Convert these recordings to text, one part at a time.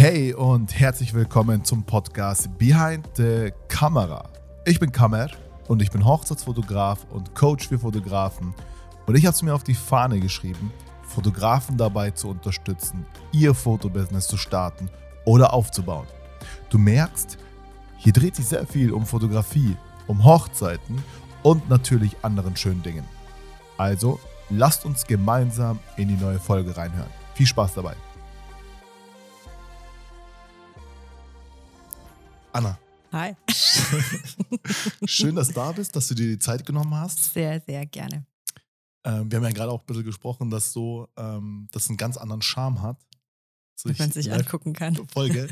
Hey und herzlich willkommen zum Podcast Behind the Camera. Ich bin Kamer und ich bin Hochzeitsfotograf und Coach für Fotografen. Und ich habe es mir auf die Fahne geschrieben, Fotografen dabei zu unterstützen, ihr Fotobusiness zu starten oder aufzubauen. Du merkst, hier dreht sich sehr viel um Fotografie, um Hochzeiten und natürlich anderen schönen Dingen. Also lasst uns gemeinsam in die neue Folge reinhören. Viel Spaß dabei. Anna. Hi. Schön, dass du da bist, dass du dir die Zeit genommen hast. Sehr, sehr gerne. Wir haben ja gerade auch ein bisschen gesprochen, dass das einen ganz anderen Charme hat. Wenn man sich angucken kann. Voll, gell?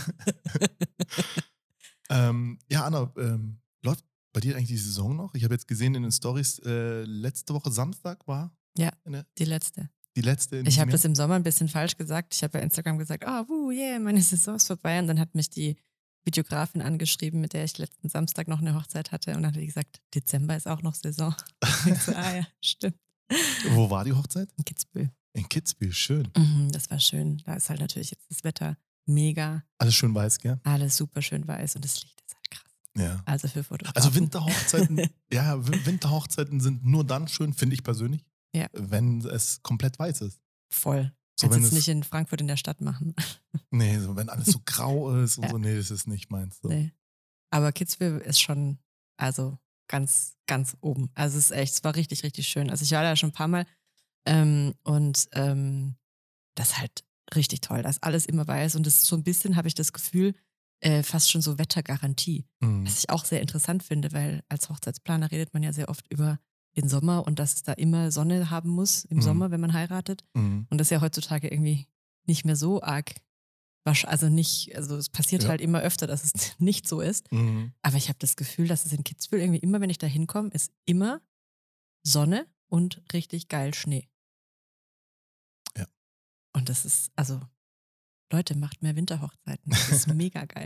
Ja, Anna, läuft bei dir eigentlich die Saison noch? Ich habe jetzt gesehen in den Stories, letzte Woche Samstag war? Ja, die letzte. Die letzte. Ich habe das im Sommer ein bisschen falsch gesagt. Ich habe bei Instagram gesagt, meine Saison ist vorbei. Und dann hat mich die Videografin angeschrieben, mit der ich letzten Samstag noch eine Hochzeit hatte. Und dann hat die gesagt, Dezember ist auch noch Saison. Ich so, ja, stimmt. Wo war die Hochzeit? In Kitzbühel. In Kitzbühel, schön. Das war schön. Da ist halt natürlich jetzt das Wetter mega. Alles schön weiß, gell? Alles super schön weiß und das Licht ist halt krass. Ja. Also für Fotografen. Also Winterhochzeiten sind nur dann schön, finde ich persönlich, ja, wenn es komplett weiß ist. Voll. So, kannst es nicht in Frankfurt in der Stadt machen. Nee, so, wenn alles so grau ist und ja. so, nee, das ist nicht meins. So. Nee. Aber Kitzbühel ist schon, also ganz, ganz oben. Also es ist echt, es war richtig, richtig schön. Also ich war da schon ein paar Mal und das ist halt richtig toll. Da ist alles immer weiß und das ist so ein bisschen, habe ich das Gefühl, fast schon so Wettergarantie. Was ich auch sehr interessant finde, weil als Hochzeitsplaner redet man ja sehr oft über den Sommer und dass es da immer Sonne haben muss im Sommer, wenn man heiratet. Und das ist ja heutzutage irgendwie nicht mehr so arg. Also es passiert halt immer öfter, dass es nicht so ist. Aber ich habe das Gefühl, dass es in Kitzbühel irgendwie immer, wenn ich da hinkomme, ist immer Sonne und richtig geil Schnee. Ja. Und das ist, also Leute, macht mehr Winterhochzeiten. Das ist mega geil.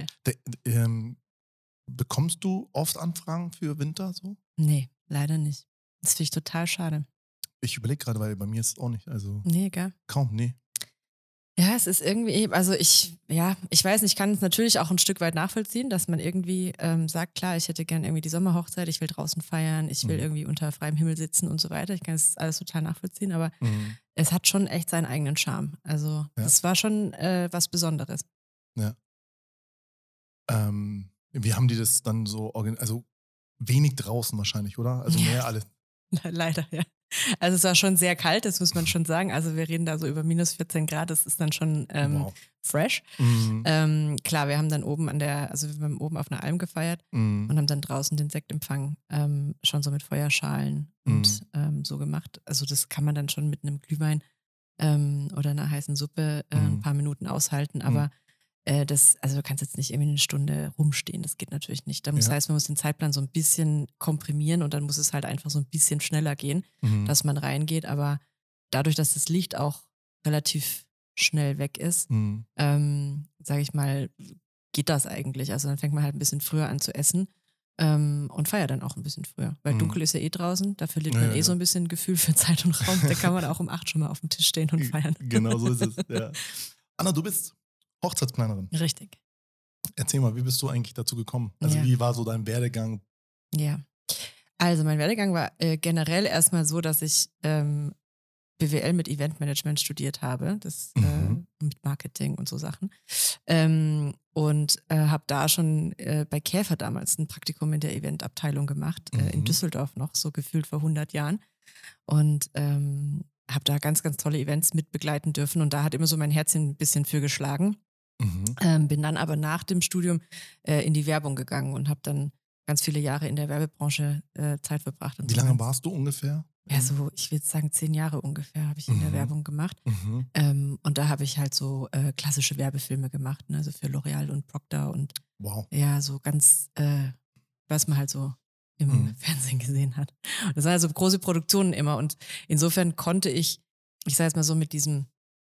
Bekommst du oft Anfragen für Winter so? Nee, leider nicht. Das finde ich total schade. Ich überlege gerade, weil bei mir ist es auch nicht. Also nee, gell? Kaum, nee. Ja, es ist irgendwie, also ich weiß nicht, ich kann es natürlich auch ein Stück weit nachvollziehen, dass man irgendwie sagt, klar, ich hätte gern irgendwie die Sommerhochzeit, ich will draußen feiern, ich will irgendwie unter freiem Himmel sitzen und so weiter. Ich kann das alles total nachvollziehen, aber es hat schon echt seinen eigenen Charme. Also das war schon was Besonderes. Ja. Wie haben die das dann so organisiert? Also wenig draußen wahrscheinlich, oder? Also mehr alles. Leider, ja. Also es war schon sehr kalt, das muss man schon sagen. Also wir reden da so über minus 14 Grad, das ist dann schon fresh. Klar, wir haben dann oben wir haben oben auf einer Alm gefeiert und haben dann draußen den Sektempfang schon so mit Feuerschalen und so gemacht. Also das kann man dann schon mit einem Glühwein oder einer heißen Suppe ein paar Minuten aushalten, aber du kannst jetzt nicht irgendwie eine Stunde rumstehen, das geht natürlich nicht. Das heißt, man muss den Zeitplan so ein bisschen komprimieren und dann muss es halt einfach so ein bisschen schneller gehen, dass man reingeht. Aber dadurch, dass das Licht auch relativ schnell weg ist, sage ich mal, geht das eigentlich. Also dann fängt man halt ein bisschen früher an zu essen und feiert dann auch ein bisschen früher. Weil dunkel ist ja eh draußen, da verliert man so ein bisschen Gefühl für Zeit und Raum. Da kann man auch um 8 schon mal auf dem Tisch stehen und feiern. Genau so ist es, ja. Anna, du bist Hochzeitsplanerin. Richtig. Erzähl mal, wie bist du eigentlich dazu gekommen? Also wie war so dein Werdegang? Ja, also mein Werdegang war generell erstmal so, dass ich BWL mit Eventmanagement studiert habe, das mit Marketing und so Sachen und habe da schon bei Käfer damals ein Praktikum in der Eventabteilung gemacht, in Düsseldorf noch, so gefühlt vor 100 Jahren und habe da ganz, ganz tolle Events mitbegleiten dürfen und da hat immer so mein Herzchen ein bisschen für geschlagen. Bin dann aber nach dem Studium in die Werbung gegangen und habe dann ganz viele Jahre in der Werbebranche Zeit verbracht. Und wie lange warst du ungefähr? Ja, so, ich würde sagen 10 Jahre ungefähr habe ich in der Werbung gemacht. Und da habe ich halt so klassische Werbefilme gemacht, ne? Also für L'Oreal und Procter und ja, so ganz, was man halt so im Fernsehen gesehen hat. Und das waren also große Produktionen immer und insofern konnte ich sage jetzt mal so mit diesem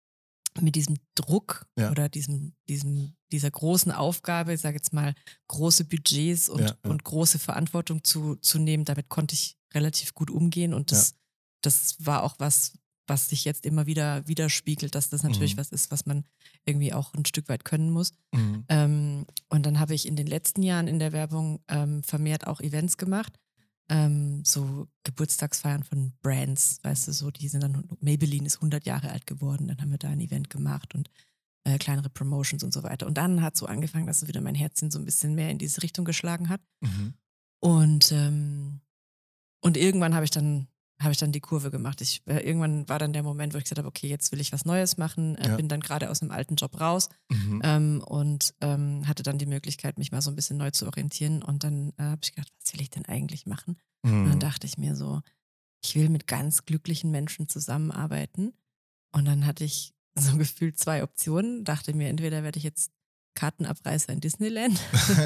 Druck oder dieser großen Aufgabe, ich sage jetzt mal, große Budgets und große Verantwortung zu nehmen, damit konnte ich relativ gut umgehen und das war auch was, was sich jetzt immer wieder widerspiegelt, dass das natürlich was ist, was man irgendwie auch ein Stück weit können muss. Und dann habe ich in den letzten Jahren in der Werbung vermehrt auch Events gemacht. So Geburtstagsfeiern von Brands, weißt du, so, die sind dann, Maybelline ist 100 Jahre alt geworden, dann haben wir da ein Event gemacht und kleinere Promotions und so weiter. Und dann hat so angefangen, dass so wieder mein Herzchen so ein bisschen mehr in diese Richtung geschlagen hat. Und irgendwann habe ich dann die Kurve gemacht. Irgendwann war dann der Moment, wo ich gesagt habe, okay, jetzt will ich was Neues machen. Bin dann gerade aus einem alten Job raus und hatte dann die Möglichkeit, mich mal so ein bisschen neu zu orientieren. Und dann habe ich gedacht, was will ich denn eigentlich machen? Und dann dachte ich mir so, ich will mit ganz glücklichen Menschen zusammenarbeiten. Und dann hatte ich so gefühlt 2 Optionen. Dachte mir, entweder werde ich jetzt Kartenabreißer in Disneyland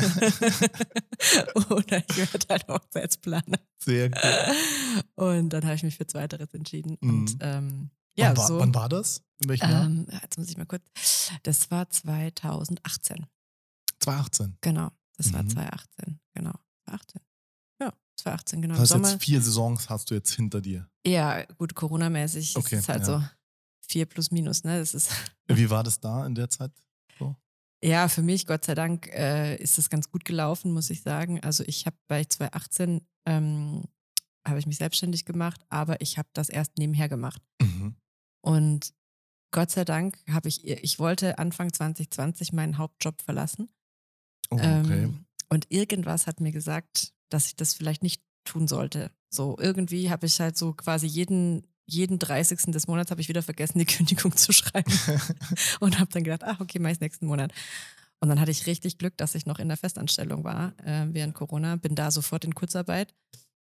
oder ich werde halt Hochzeitsplaner. Sehr cool. Und dann habe ich mich für Zweiteres entschieden. Und wann war das? In welchem Jahr? Jetzt muss ich mal kurz. Das war 2018. 2018? Genau, das war 2018. Genau, 2018. Ja, 2018, genau. Das heißt, jetzt 4 Saisons hast du jetzt hinter dir. Ja, gut, Corona-mäßig ist es halt so 4 plus minus, ne? Das ist Wie war das da in der Zeit? So? Ja, für mich, Gott sei Dank, ist das ganz gut gelaufen, muss ich sagen. Also bei 2018 habe ich mich selbstständig gemacht, aber ich habe das erst nebenher gemacht. Und Gott sei Dank ich wollte Anfang 2020 meinen Hauptjob verlassen. Oh, okay. Und irgendwas hat mir gesagt, dass ich das vielleicht nicht tun sollte. So irgendwie habe ich halt so quasi jeden 30. des Monats habe ich wieder vergessen, die Kündigung zu schreiben. Und habe dann gedacht, okay, mach ich nächsten Monat. Und dann hatte ich richtig Glück, dass ich noch in der Festanstellung war während Corona. Bin da sofort in Kurzarbeit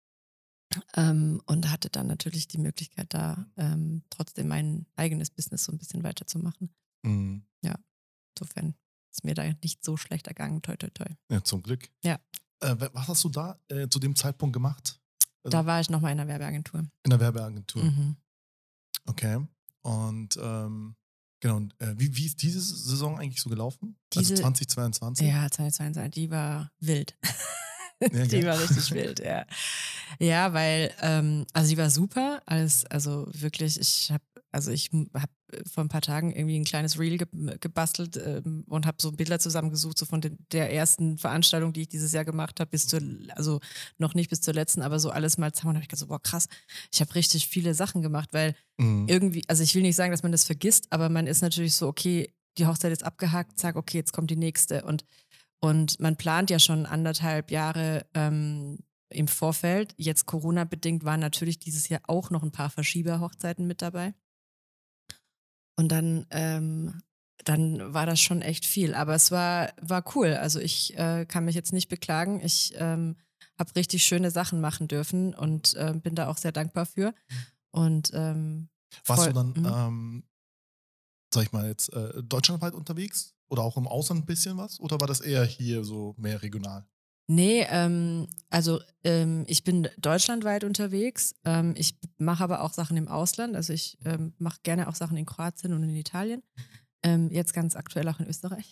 und hatte dann natürlich die Möglichkeit, da trotzdem mein eigenes Business so ein bisschen weiterzumachen. Ja, insofern ist mir da nicht so schlecht ergangen. Toi, toi, toi. Ja, zum Glück. Ja. Was hast du da zu dem Zeitpunkt gemacht? Da war ich nochmal in der Werbeagentur. In der Werbeagentur. Okay. Und genau, und wie ist diese Saison eigentlich so gelaufen? Also 2022? Ja, 2022, die war wild. Die war richtig wild, ja. Ja, weil, also die war super. Also wirklich, ich habe vor ein paar Tagen irgendwie ein kleines Reel gebastelt und habe so Bilder zusammengesucht, so von der ersten Veranstaltung, die ich dieses Jahr gemacht habe, also noch nicht bis zur letzten, aber so alles mal zusammen. Und habe ich gedacht, so, boah, krass, ich habe richtig viele Sachen gemacht, weil irgendwie, also ich will nicht sagen, dass man das vergisst, aber man ist natürlich so, okay, die Hochzeit ist abgehakt, sag, okay, jetzt kommt die nächste. Und man plant ja schon 1,5 Jahre im Vorfeld. Jetzt Corona-bedingt waren natürlich dieses Jahr auch noch ein paar Verschieber-Hochzeiten mit dabei. Und dann war das schon echt viel. Aber es war cool. Also ich kann mich jetzt nicht beklagen. Ich habe richtig schöne Sachen machen dürfen und bin da auch sehr dankbar für. Und warst du dann, sag ich mal jetzt, deutschlandweit unterwegs? Oder auch im Ausland ein bisschen was? Oder war das eher hier so mehr regional? Nee, ich bin deutschlandweit unterwegs. Ich mache aber auch Sachen im Ausland. Also ich mache gerne auch Sachen in Kroatien und in Italien. Jetzt ganz aktuell auch in Österreich.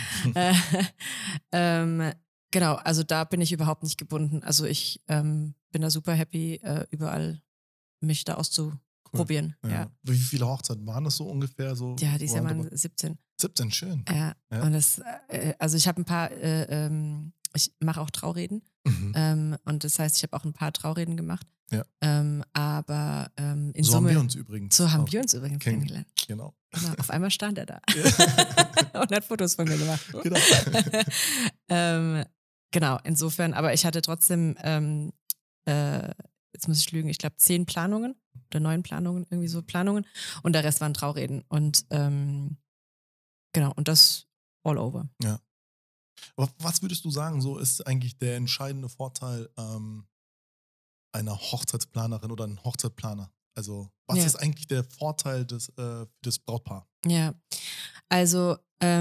Genau, also da bin ich überhaupt nicht gebunden. Also ich bin da super happy, überall mich da auszuprobieren. Cool. Ja. Wie viele Hochzeiten waren das so ungefähr? So ja, dieses Jahr waren 17. 17, schön. Ja. Und also ich habe ein paar, ich mache auch Traureden und das heißt, ich habe auch ein paar Traureden gemacht. Ja. Aber in so Summe. Haben wir uns übrigens. So haben wir uns übrigens kennengelernt. Genau. Auf einmal stand er da und hat Fotos von mir gemacht. Genau. Genau, insofern, aber ich hatte trotzdem, jetzt muss ich lügen, ich glaube 10 Planungen oder 9 Planungen, irgendwie so Planungen und der Rest waren Traureden und genau, und das all over. Ja. Aber was würdest du sagen, so ist eigentlich der entscheidende Vorteil einer Hochzeitsplanerin oder einem Hochzeitsplaner? Also, was ist eigentlich der Vorteil des Brautpaar? Ja, also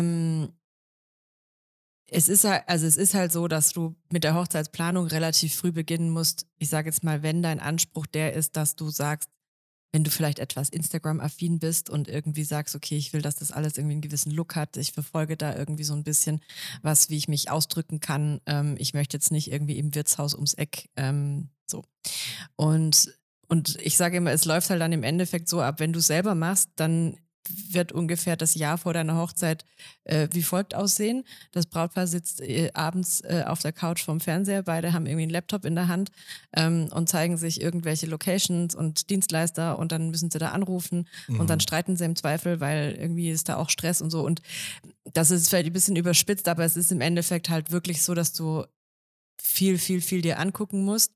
es ist halt so, dass du mit der Hochzeitsplanung relativ früh beginnen musst. Ich sage jetzt mal, wenn dein Anspruch der ist, dass du sagst, wenn du vielleicht etwas Instagram-affin bist und irgendwie sagst, okay, ich will, dass das alles irgendwie einen gewissen Look hat, ich verfolge da irgendwie so ein bisschen wie ich mich ausdrücken kann. Ich möchte jetzt nicht irgendwie im Wirtshaus ums Eck so. Und Und ich sage immer, es läuft halt dann im Endeffekt so ab, wenn du selber machst, dann wird ungefähr das Jahr vor deiner Hochzeit wie folgt aussehen. Das Brautpaar sitzt abends auf der Couch vorm Fernseher, beide haben irgendwie einen Laptop in der Hand und zeigen sich irgendwelche Locations und Dienstleister und dann müssen sie da anrufen und dann streiten sie im Zweifel, weil irgendwie ist da auch Stress und so. Und das ist vielleicht ein bisschen überspitzt, aber es ist im Endeffekt halt wirklich so, dass du viel dir angucken musst.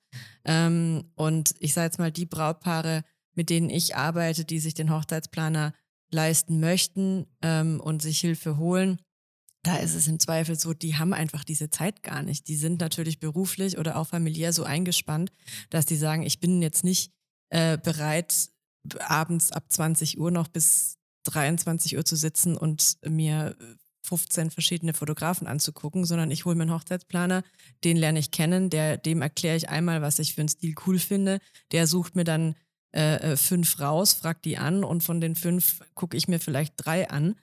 Und ich sage jetzt mal, die Brautpaare, mit denen ich arbeite, die sich den Hochzeitsplaner leisten möchten und sich Hilfe holen, da ist es im Zweifel so, die haben einfach diese Zeit gar nicht. Die sind natürlich beruflich oder auch familiär so eingespannt, dass die sagen, ich bin jetzt nicht bereit, abends ab 20 Uhr noch bis 23 Uhr zu sitzen und mir 15 verschiedene Fotografen anzugucken, sondern ich hole mir einen Hochzeitsplaner, den lerne ich kennen, dem erkläre ich einmal, was ich für einen Stil cool finde, der sucht mir dann 5 raus, frag die an und von den 5 gucke ich mir vielleicht 3 an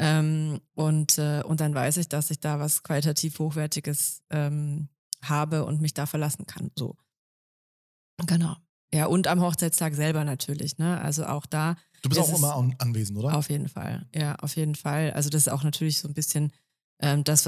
und dann weiß ich, dass ich da was qualitativ Hochwertiges habe und mich da verlassen kann. So. Genau. Ja, und am Hochzeitstag selber natürlich, ne? Also auch da. Du bist auch immer anwesend, oder? Auf jeden Fall, ja, auf jeden Fall. Also das ist auch natürlich so ein bisschen das,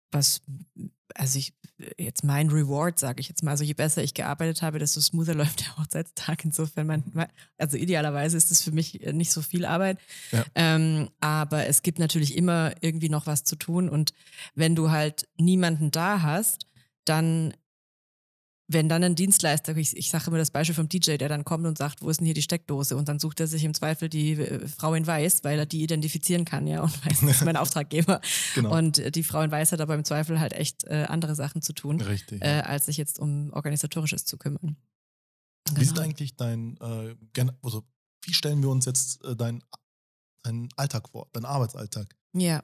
also jetzt mein Reward, sage ich jetzt mal. Also je besser ich gearbeitet habe, desto smoother läuft der Hochzeitstag. Insofern, also idealerweise ist es für mich nicht so viel Arbeit. Ja. Aber es gibt natürlich immer irgendwie noch was zu tun. Und wenn du halt niemanden da hast, dann wenn dann ein Dienstleister, ich sage immer das Beispiel vom DJ, der dann kommt und sagt, wo ist denn hier die Steckdose? Und dann sucht er sich im Zweifel die Frau in Weiß, weil er die identifizieren kann, ja, und weiß, das ist mein Auftraggeber. Genau. Und die Frau in Weiß hat aber im Zweifel halt echt andere Sachen zu tun, richtig, als sich jetzt um Organisatorisches zu kümmern. Genau. Wie ist eigentlich also wie stellen wir uns jetzt deinen Alltag vor, deinen Arbeitsalltag? Ja.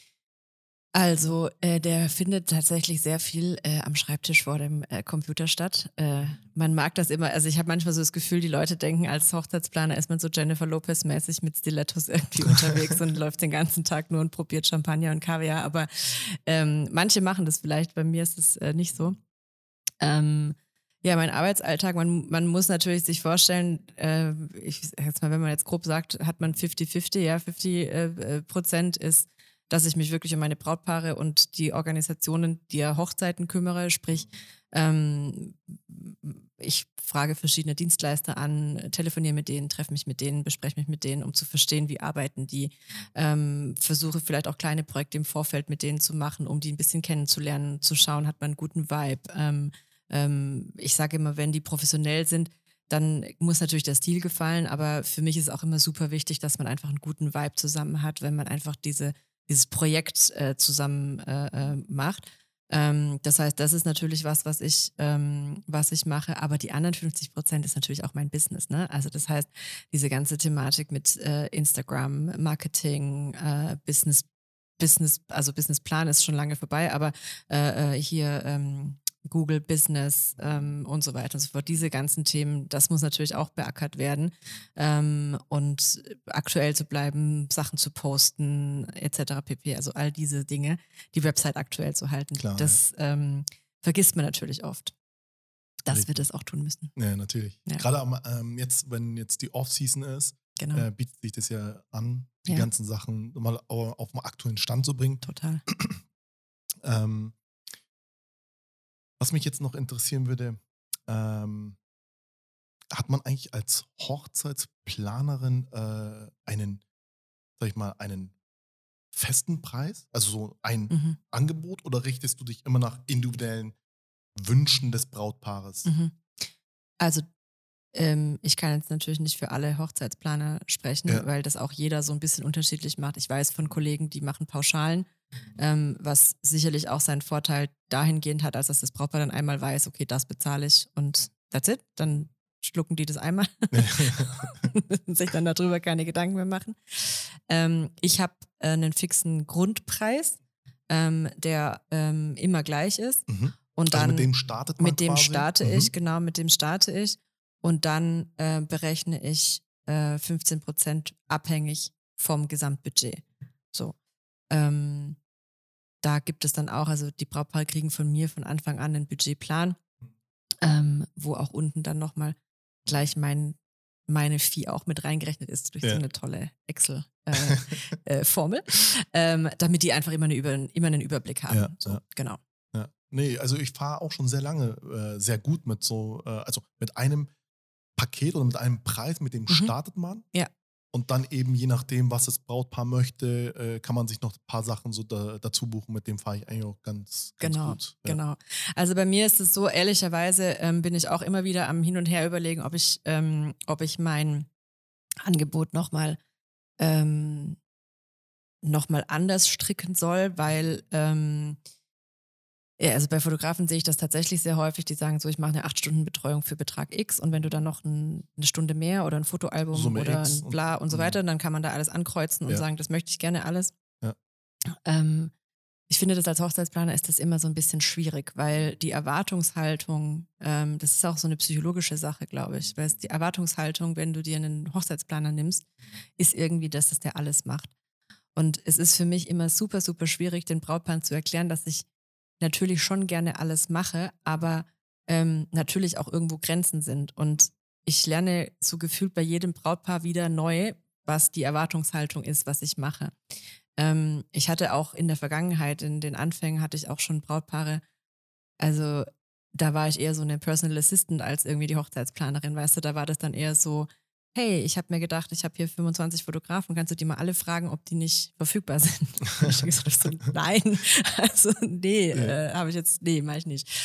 Also der findet tatsächlich sehr viel am Schreibtisch vor dem Computer statt. Man mag das immer, also ich habe manchmal so das Gefühl, die Leute denken, als Hochzeitsplaner ist man so Jennifer Lopez-mäßig mit Stilettos irgendwie unterwegs und läuft den ganzen Tag nur und probiert Champagner und Kaviar. Aber manche machen das vielleicht, bei mir ist es nicht so. Ja, mein Arbeitsalltag, man muss natürlich sich vorstellen, ich sag jetzt mal, wenn man jetzt grob sagt, hat man 50-50, ja, 50% ist, dass ich mich wirklich um meine Brautpaare und die Organisationen der Hochzeiten kümmere, sprich ich frage verschiedene Dienstleister an, telefoniere mit denen, treffe mich mit denen, bespreche mich mit denen, um zu verstehen, wie arbeiten die, versuche vielleicht auch kleine Projekte im Vorfeld mit denen zu machen, um die ein bisschen kennenzulernen, zu schauen, hat man einen guten Vibe. Ich sage immer, wenn die professionell sind, dann muss natürlich der Stil gefallen, aber für mich ist auch immer super wichtig, dass man einfach einen guten Vibe zusammen hat, wenn man einfach dieses Projekt zusammen macht. Das heißt, das ist natürlich was ich mache, aber die anderen 50% ist natürlich auch mein Business, ne? Also das heißt, diese ganze Thematik mit Instagram, Marketing, Businessplan ist schon lange vorbei, aber hier Google Business und so weiter und so fort. Diese ganzen Themen, das muss natürlich auch beackert werden und aktuell zu bleiben, Sachen zu posten etc. pp. Also all diese Dinge, die Website aktuell zu halten. Klar, das vergisst man natürlich oft, dass wir das auch tun müssen. Ja, natürlich. Ja. Gerade jetzt, wenn jetzt die Off-Season ist, genau. Bietet sich das ja an, die ganzen Sachen mal auf den aktuellen Stand zu bringen. Total. Was mich jetzt noch interessieren würde, hat man eigentlich als Hochzeitsplanerin einen festen Preis, also so ein Angebot, oder richtest du dich immer nach individuellen Wünschen des Brautpaares? Also ich kann jetzt natürlich nicht für alle Hochzeitsplaner sprechen, weil das auch jeder so ein bisschen unterschiedlich macht. Ich weiß von Kollegen, die machen Pauschalen, was sicherlich auch seinen Vorteil dahingehend hat, als dass das Brautpaar dann einmal weiß, okay, das bezahle ich und that's it. Dann schlucken die das einmal und sich dann darüber keine Gedanken mehr machen. Ich habe einen fixen Grundpreis, der immer gleich ist. Und dann, also mit dem startet man Mit dem starte ich, genau, mit dem starte ich. Und dann berechne ich 15% abhängig vom Gesamtbudget. So. Da gibt es dann auch, also die Brautpaare kriegen von mir von Anfang an einen Budgetplan, wo auch unten dann nochmal gleich meine Fee auch mit reingerechnet ist durch so eine tolle Excel-Formel, damit die einfach immer einen Überblick haben. Genau. Ja. Nee, also ich fahre auch schon sehr lange sehr gut mit so, also mit einem Paket oder mit einem Preis, mit dem startet man. Ja. Und dann eben, je nachdem, was das Brautpaar möchte, kann man sich noch ein paar Sachen so dazu buchen. Mit dem fahre ich eigentlich auch ganz gut. Ja. Genau. Also bei mir ist es so, ehrlicherweise bin ich auch immer wieder am Hin und Her überlegen, ob ich mein Angebot nochmal anders stricken soll, weil also bei Fotografen sehe ich das tatsächlich sehr häufig, die sagen so, ich mache eine 8-Stunden-Betreuung für Betrag X und wenn du dann noch eine Stunde mehr oder ein Fotoalbum Summe oder X ein Bla und so weiter, dann kann man da alles ankreuzen und sagen, das möchte ich gerne alles. Ja. Ich finde, das als Hochzeitsplaner ist das immer so ein bisschen schwierig, weil die Erwartungshaltung, das ist auch so eine psychologische Sache, glaube ich, weil die Erwartungshaltung, wenn du dir einen Hochzeitsplaner nimmst, ist irgendwie, dass der alles macht. Und es ist für mich immer super, super schwierig, den Brautpaaren zu erklären, dass ich natürlich schon gerne alles mache, aber natürlich auch irgendwo Grenzen sind. Und ich lerne so gefühlt bei jedem Brautpaar wieder neu, was die Erwartungshaltung ist, was ich mache. Ich hatte auch in der Vergangenheit, in den Anfängen hatte ich auch schon Brautpaare, also da war ich eher so eine Personal Assistant als irgendwie die Hochzeitsplanerin, weißt du, da war das dann eher so, hey, ich habe mir gedacht, ich habe hier 25 Fotografen, kannst du die mal alle fragen, ob die nicht verfügbar sind? Und ich habe gesagt, so, nein, also nee, mache ich nicht.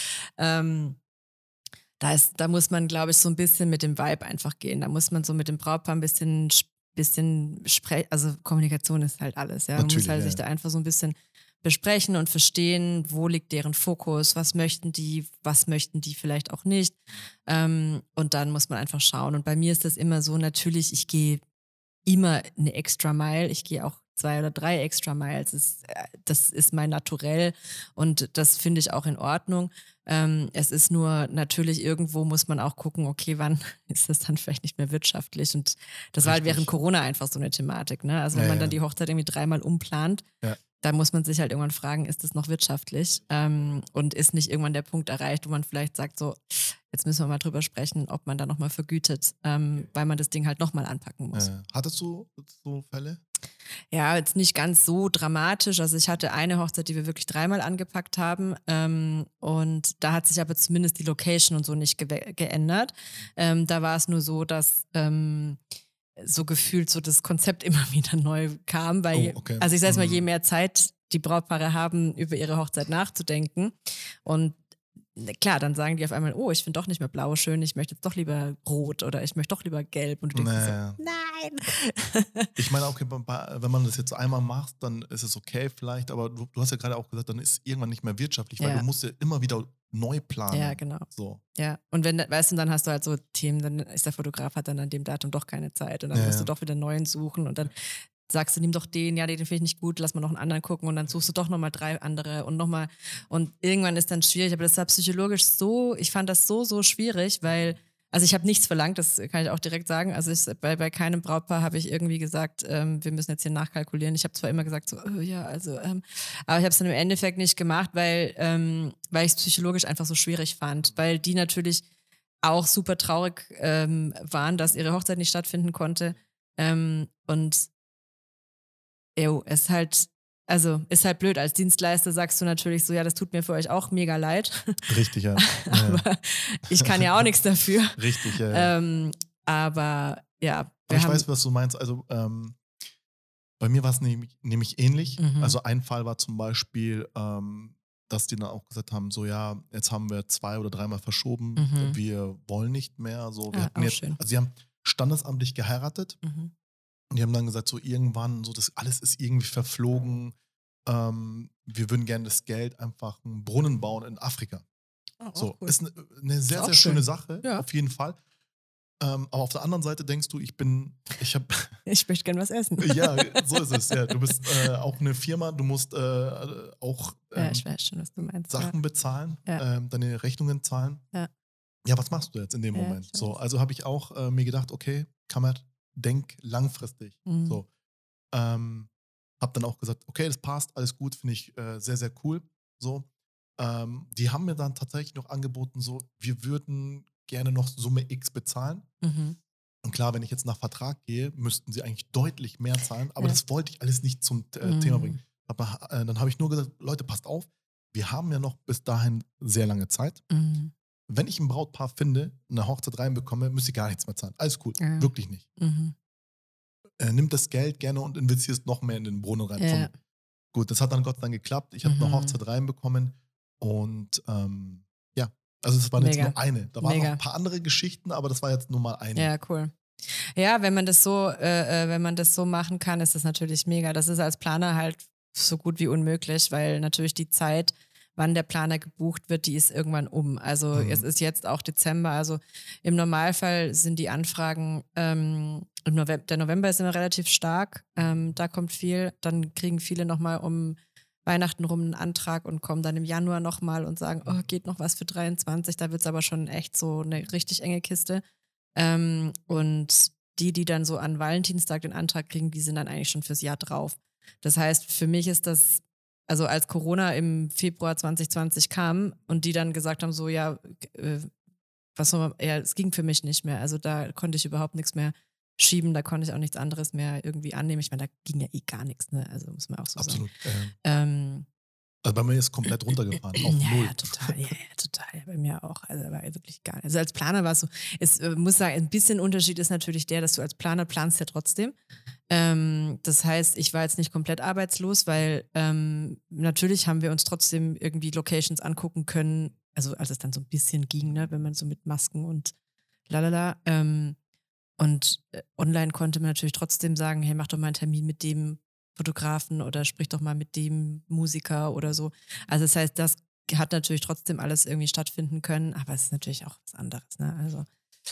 Da muss man, glaube ich, so ein bisschen mit dem Vibe einfach gehen. Da muss man so mit dem Brautpaar ein bisschen sprechen. Also Kommunikation ist halt alles. Ja? Man muss halt sich da einfach so ein bisschen besprechen und verstehen, wo liegt deren Fokus, was möchten die vielleicht auch nicht. Und dann muss man einfach schauen. Und bei mir ist das immer so, natürlich, ich gehe immer eine extra Mile. Ich gehe auch 2 oder 3 extra Miles. Das ist mein Naturell und das finde ich auch in Ordnung. Es ist nur natürlich, irgendwo muss man auch gucken, okay, wann ist das dann vielleicht nicht mehr wirtschaftlich? Und das war halt während Corona einfach so eine Thematik. Ne? Also wenn man dann die Hochzeit irgendwie 3-mal umplant, da muss man sich halt irgendwann fragen, ist das noch wirtschaftlich? Und ist nicht irgendwann der Punkt erreicht, wo man vielleicht sagt, so, jetzt müssen wir mal drüber sprechen, ob man da nochmal vergütet, weil man das Ding halt nochmal anpacken muss. Hattest du so Fälle? Ja, jetzt nicht ganz so dramatisch. Also ich hatte eine Hochzeit, die wir wirklich 3-mal angepackt haben und da hat sich aber zumindest die Location und so nicht geändert. Da war es nur so, dass so gefühlt so das Konzept immer wieder neu kam, weil, also ich sage mal, je mehr Zeit die Brautpaare haben, über ihre Hochzeit nachzudenken und klar, dann sagen die auf einmal, oh, ich finde doch nicht mehr blau schön, ich möchte jetzt doch lieber rot oder ich möchte doch lieber gelb und du denkst so, nein. Ich meine, okay, wenn man das jetzt einmal macht, dann ist es okay vielleicht, aber du hast ja gerade auch gesagt, dann ist es irgendwann nicht mehr wirtschaftlich, weil du musst ja immer wieder neu planen. Ja, genau. So. Ja, und weißt du, dann hast du halt so Themen, dann ist der Fotograf, hat dann an dem Datum doch keine Zeit und dann musst du doch wieder einen neuen suchen und dann sagst du, nimm doch den finde ich nicht gut, lass mal noch einen anderen gucken und dann suchst du doch nochmal 3 andere und nochmal und irgendwann ist dann schwierig, aber das war psychologisch ich fand das so schwierig, weil, also ich habe nichts verlangt, das kann ich auch direkt sagen, also bei keinem Brautpaar habe ich irgendwie gesagt, wir müssen jetzt hier nachkalkulieren, ich habe zwar immer gesagt so, aber ich habe es dann im Endeffekt nicht gemacht, weil ich es psychologisch einfach so schwierig fand, weil die natürlich auch super traurig waren, dass ihre Hochzeit nicht stattfinden konnte und ist halt blöd. Als Dienstleister sagst du natürlich so, ja, das tut mir für euch auch mega leid. Richtig, ja. Aber ich kann ja auch nichts dafür. Richtig, ja. Aber ja. Ich weiß, was du meinst. Also bei mir war es nämlich ähnlich. Also ein Fall war zum Beispiel, dass die dann auch gesagt haben, so ja, jetzt haben wir 2 oder 3-mal verschoben, wir wollen nicht mehr. So, wir hatten jetzt, also sie haben standesamtlich geheiratet. Und die haben dann gesagt, so irgendwann, so das alles ist irgendwie verflogen. Wir würden gerne das Geld einfach einen Brunnen bauen in Afrika. Oh, so, cool. Ist eine sehr, sehr schöne Sache, auf jeden Fall. Aber auf der anderen Seite denkst du, ich möchte gerne was essen. Ja, so ist es. Ja, du bist auch eine Firma, du musst auch ich weiß schon, was du meinst. Sachen bezahlen, deine Rechnungen zahlen. Ja, was machst du jetzt in dem Moment? So, also habe ich auch mir gedacht, okay, Kamer, denk langfristig. So. Hab dann auch gesagt, okay, das passt, alles gut, finde ich sehr, sehr cool. So. Die haben mir dann tatsächlich noch angeboten, so, wir würden gerne noch Summe X bezahlen. Mhm. Und klar, wenn ich jetzt nach Vertrag gehe, müssten sie eigentlich deutlich mehr zahlen, aber Ja. das wollte ich alles nicht zum Thema bringen. Aber dann habe ich nur gesagt, Leute, passt auf, wir haben ja noch bis dahin sehr lange Zeit. Mhm. Wenn ich ein Brautpaar finde, eine Hochzeit reinbekomme, müsst ihr gar nichts mehr zahlen. Alles cool, Ja. wirklich nicht. Mhm. Nimmt das Geld gerne und investiert es noch mehr in den Brunnen rein. Ja. Gut, das hat dann Gott sei Dank geklappt. Ich habe eine Hochzeit reinbekommen und ja, also es war jetzt Mega. nur eine. Da waren noch Mega. ein paar andere Geschichten, aber das war jetzt nur mal eine. Ja, cool. Ja, wenn man das so machen kann, ist das natürlich mega. Das ist als Planer halt so gut wie unmöglich, weil natürlich die Zeit, wann der Planer gebucht wird, die ist irgendwann um. Also es ist jetzt auch Dezember. Also im Normalfall sind die Anfragen, der November ist immer relativ stark, da kommt viel. Dann kriegen viele nochmal um Weihnachten rum einen Antrag und kommen dann im Januar nochmal und sagen, oh, geht noch was für 23. Da wird es aber schon echt so eine richtig enge Kiste. Und die dann so an Valentinstag den Antrag kriegen, die sind dann eigentlich schon fürs Jahr drauf. Das heißt, für mich ist das, also als Corona im Februar 2020 kam und die dann gesagt haben, so ja, was soll man, ja, es ging für mich nicht mehr. Also da konnte ich überhaupt nichts mehr schieben, da konnte ich auch nichts anderes mehr irgendwie annehmen. Ich meine, da ging ja eh gar nichts, ne? Also muss man auch so Absolut. sagen. Also bei mir ist komplett runtergefahren, auf ja, null. Ja, total. Ja, total. Ja, bei mir auch. Also war wirklich gar nicht. Also als Planer war es so, es muss sagen, ein bisschen Unterschied ist natürlich der, dass du als Planer planst ja trotzdem. Das heißt, ich war jetzt nicht komplett arbeitslos, weil natürlich haben wir uns trotzdem irgendwie Locations angucken können, also als es dann so ein bisschen ging, ne, wenn man so mit Masken und lalala. Und online konnte man natürlich trotzdem sagen, hey, mach doch mal einen Termin mit dem Fotografen oder sprich doch mal mit dem Musiker oder so. Also das heißt, das hat natürlich trotzdem alles irgendwie stattfinden können, aber es ist natürlich auch was anderes, ne? Also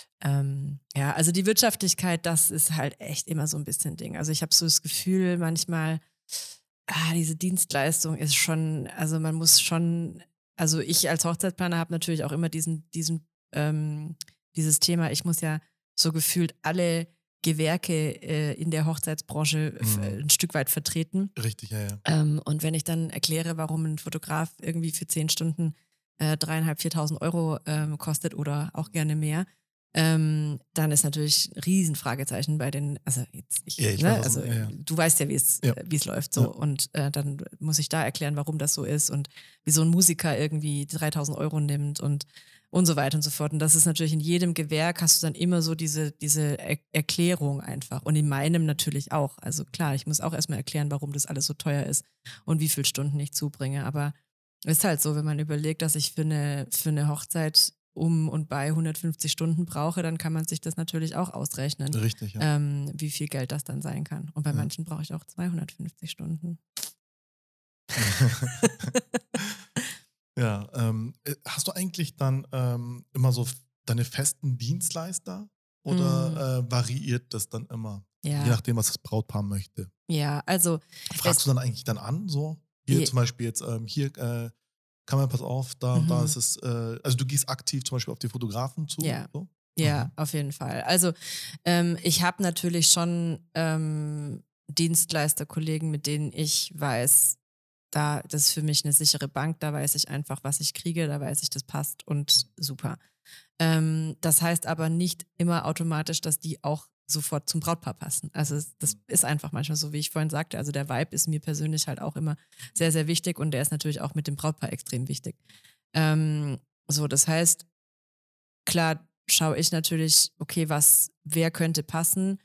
ja, also die Wirtschaftlichkeit, das ist halt echt immer so ein bisschen Ding. Also ich habe so das Gefühl manchmal, diese Dienstleistung ist schon, also man muss schon, also ich als Hochzeitsplaner habe natürlich auch immer dieses Thema, ich muss ja so gefühlt alle Gewerke in der Hochzeitsbranche ein Stück weit vertreten. Richtig, ja. Und wenn ich dann erkläre, warum ein Fotograf irgendwie für 10 Stunden 3.500, 4.000 Euro kostet oder auch gerne mehr, dann ist natürlich ein Riesenfragezeichen bei den, also jetzt du weißt ja, wie es läuft so. Ja. Und dann muss ich da erklären, warum das so ist und wie so ein Musiker irgendwie 3.000 Euro nimmt und so weiter und so fort. Und das ist natürlich in jedem Gewerk hast du dann immer so diese Erklärung einfach. Und in meinem natürlich auch. Also klar, ich muss auch erstmal erklären, warum das alles so teuer ist und wie viele Stunden ich zubringe. Aber es ist halt so, wenn man überlegt, dass ich für eine Hochzeit um und bei 150 Stunden brauche, dann kann man sich das natürlich auch ausrechnen. Richtig, ja. Wie viel Geld das dann sein kann. Und bei manchen brauche ich auch 250 Stunden. Ja, hast du eigentlich dann immer so deine festen Dienstleister oder variiert das dann immer? Ja. Je nachdem, was das Brautpaar möchte. Ja, also. Fragst du dann eigentlich dann an, so? Hier zum Beispiel jetzt, hier kann man, pass auf, da ist es, also du gehst aktiv zum Beispiel auf die Fotografen zu? Ja, so? Ja, auf jeden Fall. Also ich habe natürlich schon Dienstleisterkollegen, mit denen ich weiß, das ist für mich eine sichere Bank, da weiß ich einfach, was ich kriege, da weiß ich, das passt und super. Das heißt aber nicht immer automatisch, dass die auch sofort zum Brautpaar passen. Also das ist einfach manchmal so, wie ich vorhin sagte, also der Vibe ist mir persönlich halt auch immer sehr, sehr wichtig und der ist natürlich auch mit dem Brautpaar extrem wichtig. Das heißt, klar schaue ich natürlich, okay, wer könnte passen,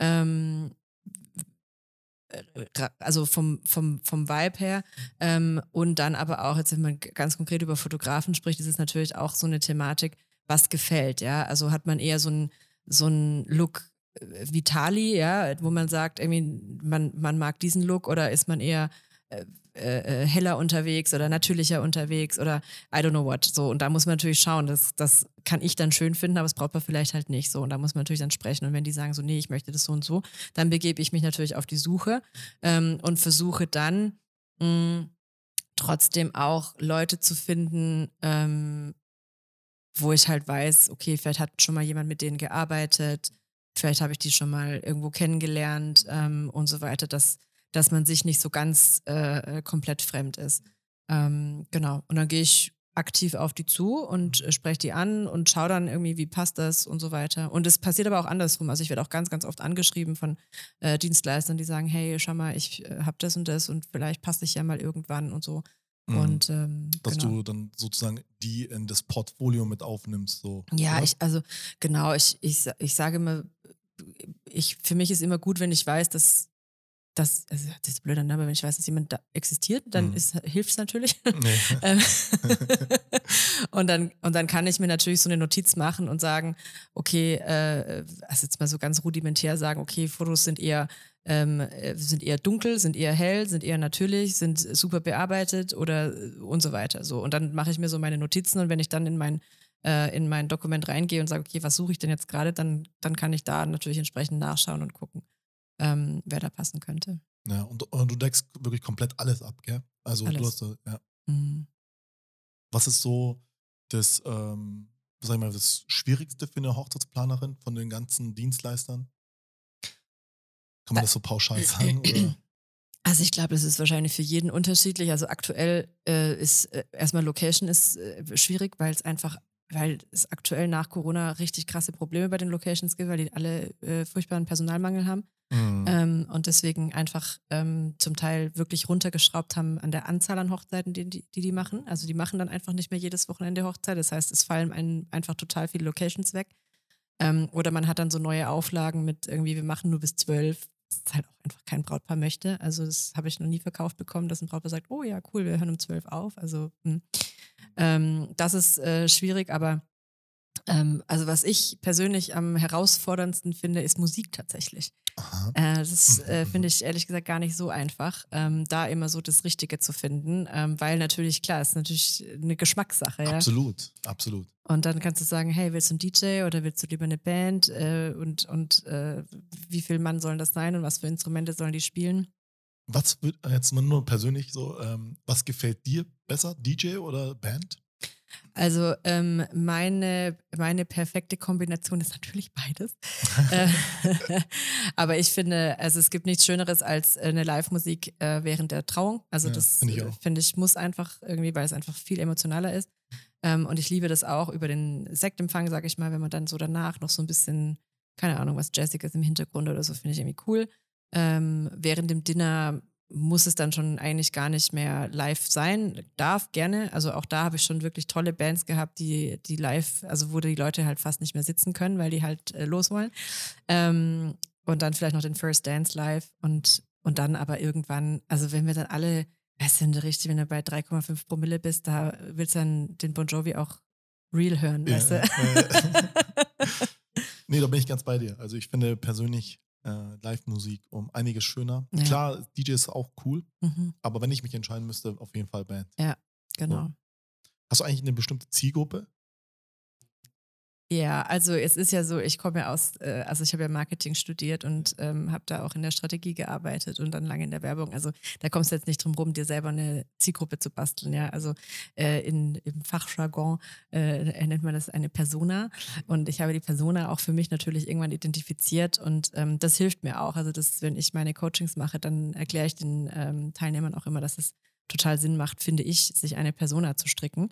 also vom Vibe her und dann aber auch, jetzt wenn man ganz konkret über Fotografen spricht, ist es natürlich auch so eine Thematik, was gefällt, ja, also hat man eher so ein Look Vitali, ja, wo man sagt, irgendwie man mag diesen Look oder ist man eher heller unterwegs oder natürlicher unterwegs oder I don't know what, so, und da muss man natürlich schauen, das kann ich dann schön finden, aber es braucht man vielleicht halt nicht, so, und da muss man natürlich dann sprechen, und wenn die sagen so, nee, ich möchte das so und so, dann begebe ich mich natürlich auf die Suche und versuche dann trotzdem auch Leute zu finden, wo ich halt weiß, okay, vielleicht hat schon mal jemand mit denen gearbeitet, vielleicht habe ich die schon mal irgendwo kennengelernt und so weiter, dass man sich nicht so ganz komplett fremd ist. Genau. Und dann gehe ich aktiv auf die zu und spreche die an und schaue dann irgendwie, wie passt das und so weiter. Und es passiert aber auch andersrum. Also ich werde auch ganz, ganz oft angeschrieben von Dienstleistern, die sagen, hey, schau mal, ich habe das und vielleicht passt ich ja mal irgendwann und so. Und dass du dann sozusagen die in das Portfolio mit aufnimmst. So, ja, oder? ich sage immer, für mich ist immer gut, wenn ich weiß, dass das ist blöder Name, wenn ich weiß, dass jemand da existiert, dann hilft es natürlich. Nee. Und dann kann ich mir natürlich so eine Notiz machen und sagen, okay, also jetzt mal so ganz rudimentär sagen, okay, Fotos sind eher dunkel, sind eher hell, sind eher natürlich, sind super bearbeitet oder und so weiter. So. Und dann mache ich mir so meine Notizen und wenn ich dann in mein Dokument reingehe und sage, okay, was suche ich denn jetzt gerade, dann kann ich da natürlich entsprechend nachschauen und gucken, wer da passen könnte. Ja, und du deckst wirklich komplett alles ab, gell? Also Alles. du hast ja. Mhm. Was ist so das, sag ich mal, das Schwierigste für eine Hochzeitsplanerin von den ganzen Dienstleistern? Kann man das so pauschal sagen? Oder? Also ich glaube, das ist wahrscheinlich für jeden unterschiedlich. Also aktuell ist erstmal Location ist schwierig, weil es aktuell nach Corona richtig krasse Probleme bei den Locations gibt, weil die alle furchtbaren Personalmangel haben. Und deswegen einfach zum Teil wirklich runtergeschraubt haben an der Anzahl an Hochzeiten, die machen. Also die machen dann einfach nicht mehr jedes Wochenende Hochzeit. Das heißt, es fallen einfach total viele Locations weg. Oder man hat dann so neue Auflagen mit irgendwie, wir machen nur bis 12. Das ist halt auch einfach kein Brautpaar möchte. Also das habe ich noch nie verkauft bekommen, dass ein Brautpaar sagt, oh ja, cool, wir hören um 12 auf. Also das ist schwierig, aber also was ich persönlich am herausforderndsten finde, ist Musik tatsächlich. Das finde ich ehrlich gesagt gar nicht so einfach, da immer so das Richtige zu finden, weil natürlich, klar, ist natürlich eine Geschmackssache. Ja? Absolut, absolut. Und dann kannst du sagen, hey, willst du einen DJ oder willst du lieber eine Band und wie viel Mann sollen das sein und was für Instrumente sollen die spielen? Was wird jetzt mal nur persönlich so, was gefällt dir besser, DJ oder Band? Also meine perfekte Kombination ist natürlich beides. Aber ich finde, also es gibt nichts Schöneres als eine Live-Musik während der Trauung. Also Ja, das finde ich ich muss einfach irgendwie, weil es einfach viel emotionaler ist. Und ich liebe das auch über den Sektempfang, sage ich mal, wenn man dann so danach noch so ein bisschen, keine Ahnung, was Jazziges im Hintergrund oder so, finde ich irgendwie cool. Während dem Dinner muss es dann schon eigentlich gar nicht mehr live sein. Darf gerne. Also auch da habe ich schon wirklich tolle Bands gehabt, die live, also wo die Leute halt fast nicht mehr sitzen können, weil die halt los wollen. Und dann vielleicht noch den First Dance live und dann aber irgendwann, also wenn wir dann alle, weißt du, richtig, wenn du bei 3,5 Promille bist, da willst du dann den Bon Jovi auch real hören, weißt du? Nee, da bin ich ganz bei dir. Also ich finde persönlich Live-Musik um einiges schöner. Ja. Klar, DJ ist auch cool, aber wenn ich mich entscheiden müsste, auf jeden Fall Band. Ja, genau. So. Hast du eigentlich eine bestimmte Zielgruppe? Ja, also es ist ja so, ich komme ja also ich habe ja Marketing studiert und habe da auch in der Strategie gearbeitet und dann lange in der Werbung. Also da kommst du jetzt nicht drum rum, dir selber eine Zielgruppe zu basteln. Ja, also im Fachjargon nennt man das eine Persona und ich habe die Persona auch für mich natürlich irgendwann identifiziert und das hilft mir auch. Also wenn ich meine Coachings mache, dann erkläre ich den Teilnehmern auch immer, dass es total Sinn macht, finde ich, sich eine Persona zu stricken.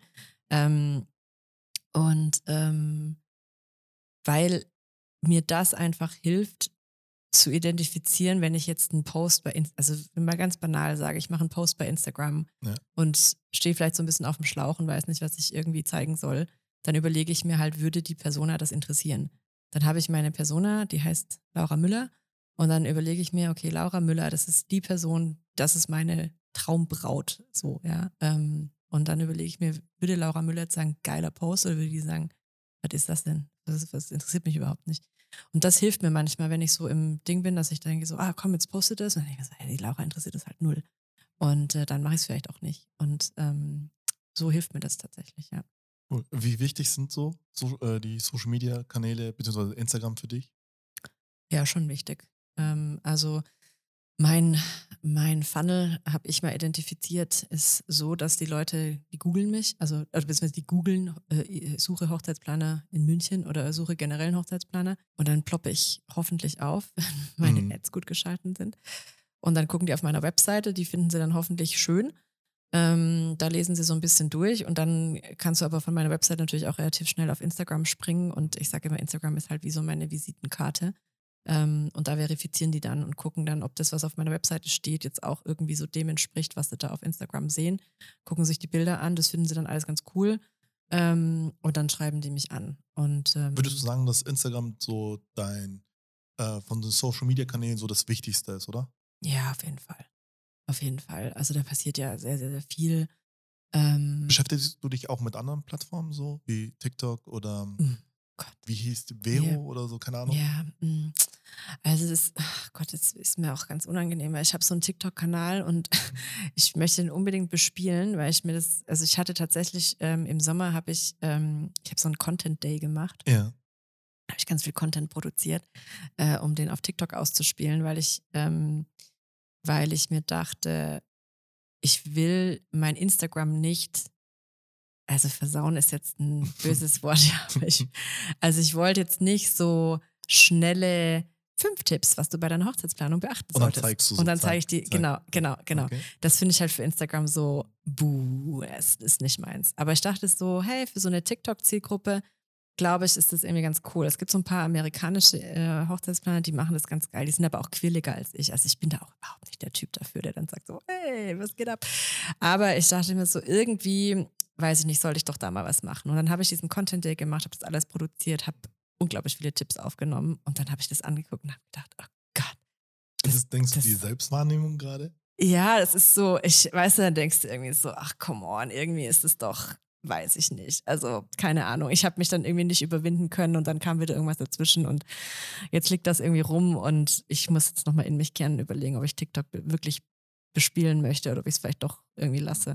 Weil mir das einfach hilft, zu identifizieren, wenn ich jetzt einen Post also mal ganz banal sage, ich mache einen Post bei Instagram und stehe vielleicht so ein bisschen auf dem Schlauch und weiß nicht, was ich irgendwie zeigen soll, dann überlege ich mir halt, würde die Persona das interessieren? Dann habe ich meine Persona, die heißt Laura Müller und dann überlege ich mir, okay, Laura Müller, das ist die Person, das ist meine Traumbraut, so, ja. Und dann überlege ich mir, würde Laura Müller jetzt sagen, geiler Post oder würde die sagen, was ist das denn? Das interessiert mich überhaupt nicht. Und das hilft mir manchmal, wenn ich so im Ding bin, dass ich denke so, komm, jetzt poste das. Und dann denke ich so, hey, die Laura interessiert das halt null. Und dann mache ich es vielleicht auch nicht. Und so hilft mir das tatsächlich, ja. Cool. Wie wichtig sind die Social-Media-Kanäle bzw. Instagram für dich? Ja, schon wichtig. Also mein Funnel, habe ich mal identifiziert, ist so, dass die Leute, die googeln mich, also beziehungsweise die googeln, suche Hochzeitsplaner in München oder suche generell einen Hochzeitsplaner und dann ploppe ich hoffentlich auf, wenn meine Ads gut geschalten sind. Und dann gucken die auf meiner Webseite, die finden sie dann hoffentlich schön Da lesen sie so ein bisschen durch und dann kannst du aber von meiner Website natürlich auch relativ schnell auf Instagram springen und ich sage immer, Instagram ist halt wie so meine Visitenkarte. Und da verifizieren die dann und gucken dann, ob das, was auf meiner Webseite steht, jetzt auch irgendwie so dem entspricht, was sie da auf Instagram sehen. Gucken sich die Bilder an, das finden sie dann alles ganz cool. Und dann schreiben die mich an. Und, würdest du sagen, dass Instagram so von den Social Media Kanälen so das Wichtigste ist, oder? Ja, auf jeden Fall. Auf jeden Fall. Also da passiert ja sehr, sehr, sehr viel. Beschäftigst du dich auch mit anderen Plattformen so, wie TikTok oder Gott. wie hieß die, Vero oder so, keine Ahnung? Ja, also das, ach Gott, das ist mir auch ganz unangenehm, weil ich habe so einen TikTok-Kanal und ich möchte den unbedingt bespielen, weil ich mir das, also ich hatte tatsächlich im Sommer ich habe so einen Content Day gemacht, Ja. habe ich ganz viel Content produziert, um den auf TikTok auszuspielen, weil ich mir dachte, ich will mein Instagram nicht, also versauen ist jetzt ein böses Wort, ja, aber ich wollte jetzt nicht so schnelle 5 Tipps, was du bei deiner Hochzeitsplanung beachten Und dann solltest. zeigst du so. Und dann zeige ich die, genau. Okay. Das finde ich halt für Instagram so, es ist nicht meins. Aber ich dachte so, hey, für so eine TikTok-Zielgruppe, glaube ich, ist das irgendwie ganz cool. Es gibt so ein paar amerikanische Hochzeitsplaner, die machen das ganz geil. Die sind aber auch quirliger als ich. Also ich bin da auch überhaupt nicht der Typ dafür, der dann sagt so, hey, was geht ab? Aber ich dachte mir so, irgendwie, weiß ich nicht, sollte ich doch da mal was machen. Und dann habe ich diesen Content Day gemacht, habe das alles produziert, habe unglaublich viele Tipps aufgenommen und dann habe ich das angeguckt und habe gedacht, oh Gott. Denkst du die Selbstwahrnehmung gerade? Ja, das ist so, dann denkst du irgendwie so, ach come on, irgendwie ist es doch, weiß ich nicht. Also, keine Ahnung. Ich habe mich dann irgendwie nicht überwinden können und dann kam wieder irgendwas dazwischen und jetzt liegt das irgendwie rum und ich muss jetzt nochmal in mich kehren und überlegen, ob ich TikTok wirklich bespielen möchte oder ob ich es vielleicht doch irgendwie lasse.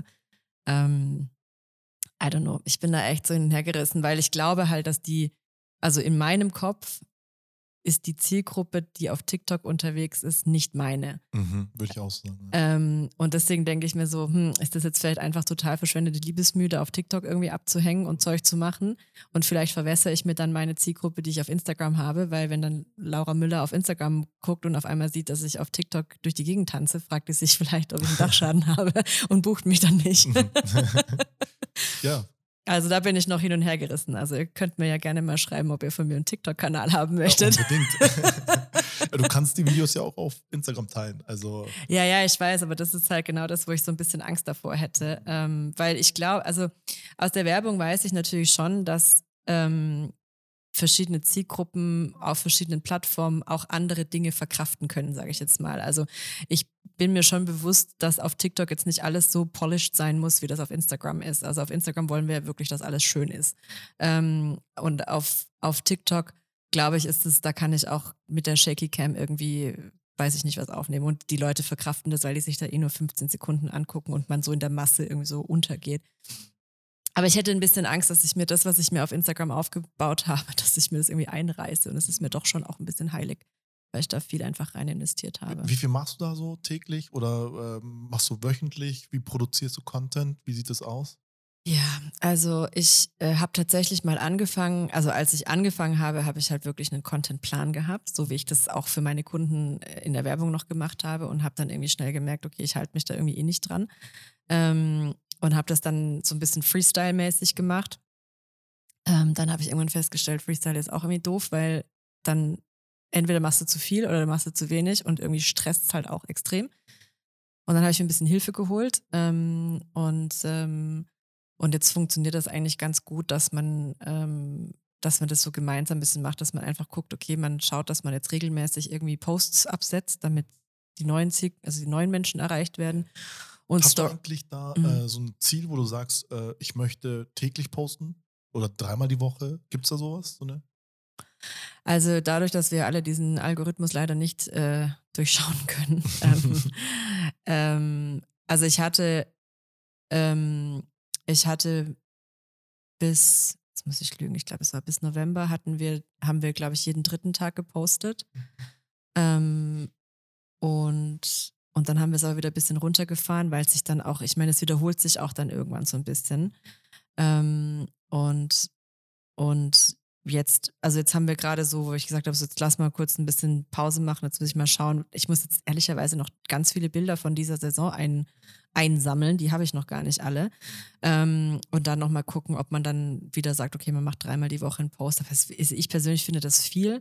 I don't know. Ich bin da echt so hin und her gerissen, weil ich glaube halt, also in meinem Kopf ist die Zielgruppe, die auf TikTok unterwegs ist, nicht meine. Würde ich auch sagen. Und deswegen denke ich mir so, ist das jetzt vielleicht einfach total verschwendete Liebesmüde, auf TikTok irgendwie abzuhängen und Zeug zu machen? Und vielleicht verwässere ich mir dann meine Zielgruppe, die ich auf Instagram habe, weil wenn dann Laura Müller auf Instagram guckt und auf einmal sieht, dass ich auf TikTok durch die Gegend tanze, fragt sie sich vielleicht, ob ich einen Dachschaden habe und bucht mich dann nicht. Ja. Also da bin ich noch hin und her gerissen. Also ihr könnt mir ja gerne mal schreiben, ob ihr von mir einen TikTok-Kanal haben möchtet. Ja, unbedingt. Du kannst die Videos ja auch auf Instagram teilen. Also ja, ich weiß, aber das ist halt genau das, wo ich so ein bisschen Angst davor hätte. Weil ich glaube, also aus der Werbung weiß ich natürlich schon, dass verschiedene Zielgruppen auf verschiedenen Plattformen auch andere Dinge verkraften können, sage ich jetzt mal. Also ich bin mir schon bewusst, dass auf TikTok jetzt nicht alles so polished sein muss, wie das auf Instagram ist. Also auf Instagram wollen wir ja wirklich, dass alles schön ist. Und auf TikTok, glaube ich, da kann ich auch mit der Shaky Cam irgendwie, weiß ich nicht, was aufnehmen. Und die Leute verkraften das, weil die sich da nur 15 Sekunden angucken und man so in der Masse irgendwie so untergeht. Aber ich hätte ein bisschen Angst, dass ich mir das, was ich mir auf Instagram aufgebaut habe, dass ich mir das irgendwie einreiße. Und es ist mir doch schon auch ein bisschen heilig, weil ich da viel einfach rein investiert habe. Wie viel machst du da so täglich oder machst du wöchentlich? Wie produzierst du Content? Wie sieht das aus? Ja, also ich habe tatsächlich mal angefangen, also als ich angefangen habe, habe ich halt wirklich einen Contentplan gehabt, so wie ich das auch für meine Kunden in der Werbung noch gemacht habe und habe dann irgendwie schnell gemerkt, okay, ich halte mich da irgendwie nicht dran. Und habe das dann so ein bisschen Freestyle-mäßig gemacht. Dann habe ich irgendwann festgestellt, Freestyle ist auch irgendwie doof, weil dann entweder machst du zu viel oder machst du zu wenig und irgendwie stresst es halt auch extrem. Und dann habe ich mir ein bisschen Hilfe geholt und jetzt funktioniert das eigentlich ganz gut, dass man das so gemeinsam ein bisschen macht, dass man einfach guckt, okay, man schaut, dass man jetzt regelmäßig irgendwie Posts absetzt, damit die neuen Menschen erreicht werden. Und hast du eigentlich da so ein Ziel, wo du sagst, ich möchte täglich posten oder 3-mal die Woche? Gibt es da sowas? So Also dadurch, dass wir alle diesen Algorithmus leider nicht durchschauen können. Also ich hatte bis, jetzt muss ich lügen, ich glaube, es war bis November, haben wir, glaube ich, jeden 3. Tag gepostet. Und dann haben wir es aber wieder ein bisschen runtergefahren, weil es sich dann auch, ich meine, es wiederholt sich auch dann irgendwann so ein bisschen. Und jetzt haben wir gerade so, wo ich gesagt habe, so jetzt lass mal kurz ein bisschen Pause machen, jetzt muss ich mal schauen. Ich muss jetzt ehrlicherweise noch ganz viele Bilder von dieser Saison einsammeln, die habe ich noch gar nicht alle. Und dann nochmal gucken, ob man dann wieder sagt, okay, man macht 3-mal die Woche einen Post. Ich persönlich finde das viel,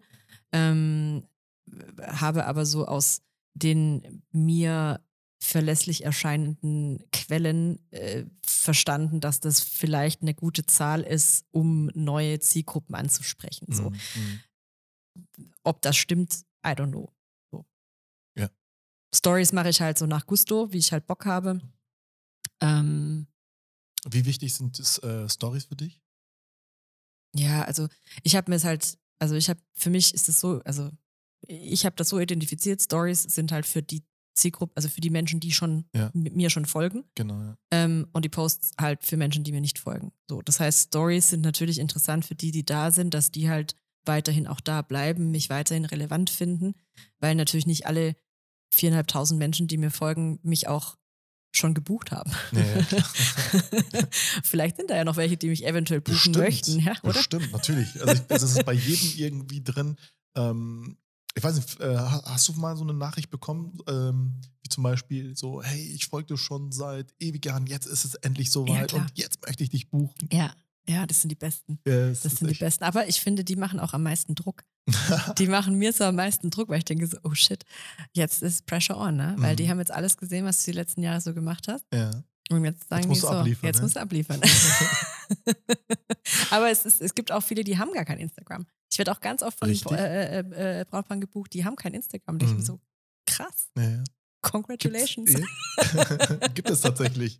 habe aber so aus den mir verlässlich erscheinenden Quellen verstanden, dass das vielleicht eine gute Zahl ist, um neue Zielgruppen anzusprechen. So. Ob das stimmt, I don't know. So. Ja. Stories mache ich halt so nach Gusto, wie ich halt Bock habe. Wie wichtig sind Stories für dich? Ja, also ich habe mir es halt, für mich ist es so, ich habe das so identifiziert, Stories sind halt für die Zielgruppe, also für die Menschen, die schon mit mir schon folgen. Genau, ja. Und die Posts halt für Menschen, die mir nicht folgen. So, das heißt, Stories sind natürlich interessant für die da sind, dass die halt weiterhin auch da bleiben, mich weiterhin relevant finden, weil natürlich nicht alle 4.500 Menschen, die mir folgen, mich auch schon gebucht haben. Ja. Vielleicht sind da ja noch welche, die mich eventuell buchen möchten, ja, oder? Bestimmt, natürlich. Also das ist bei jedem irgendwie drin. Ich weiß nicht, hast du mal so eine Nachricht bekommen, wie zum Beispiel so, hey, ich folge dir schon seit ewig Jahren, jetzt ist es endlich soweit und jetzt möchte ich dich buchen. Ja, das sind die Besten. Das sind die Besten. Aber ich finde, die machen auch am meisten Druck. Die machen mir so am meisten Druck, weil ich denke so, oh shit, jetzt ist Pressure on, ne? Weil die haben jetzt alles gesehen, was du die letzten Jahre so gemacht hast. Ja. Und jetzt sagen jetzt die so, jetzt musst du abliefern. Aber es gibt auch viele, die haben gar kein Instagram. Ich werde auch ganz oft von Brautpaaren gebucht, die haben kein Instagram. Ich bin so, krass. Ja. Congratulations. Gibt es tatsächlich.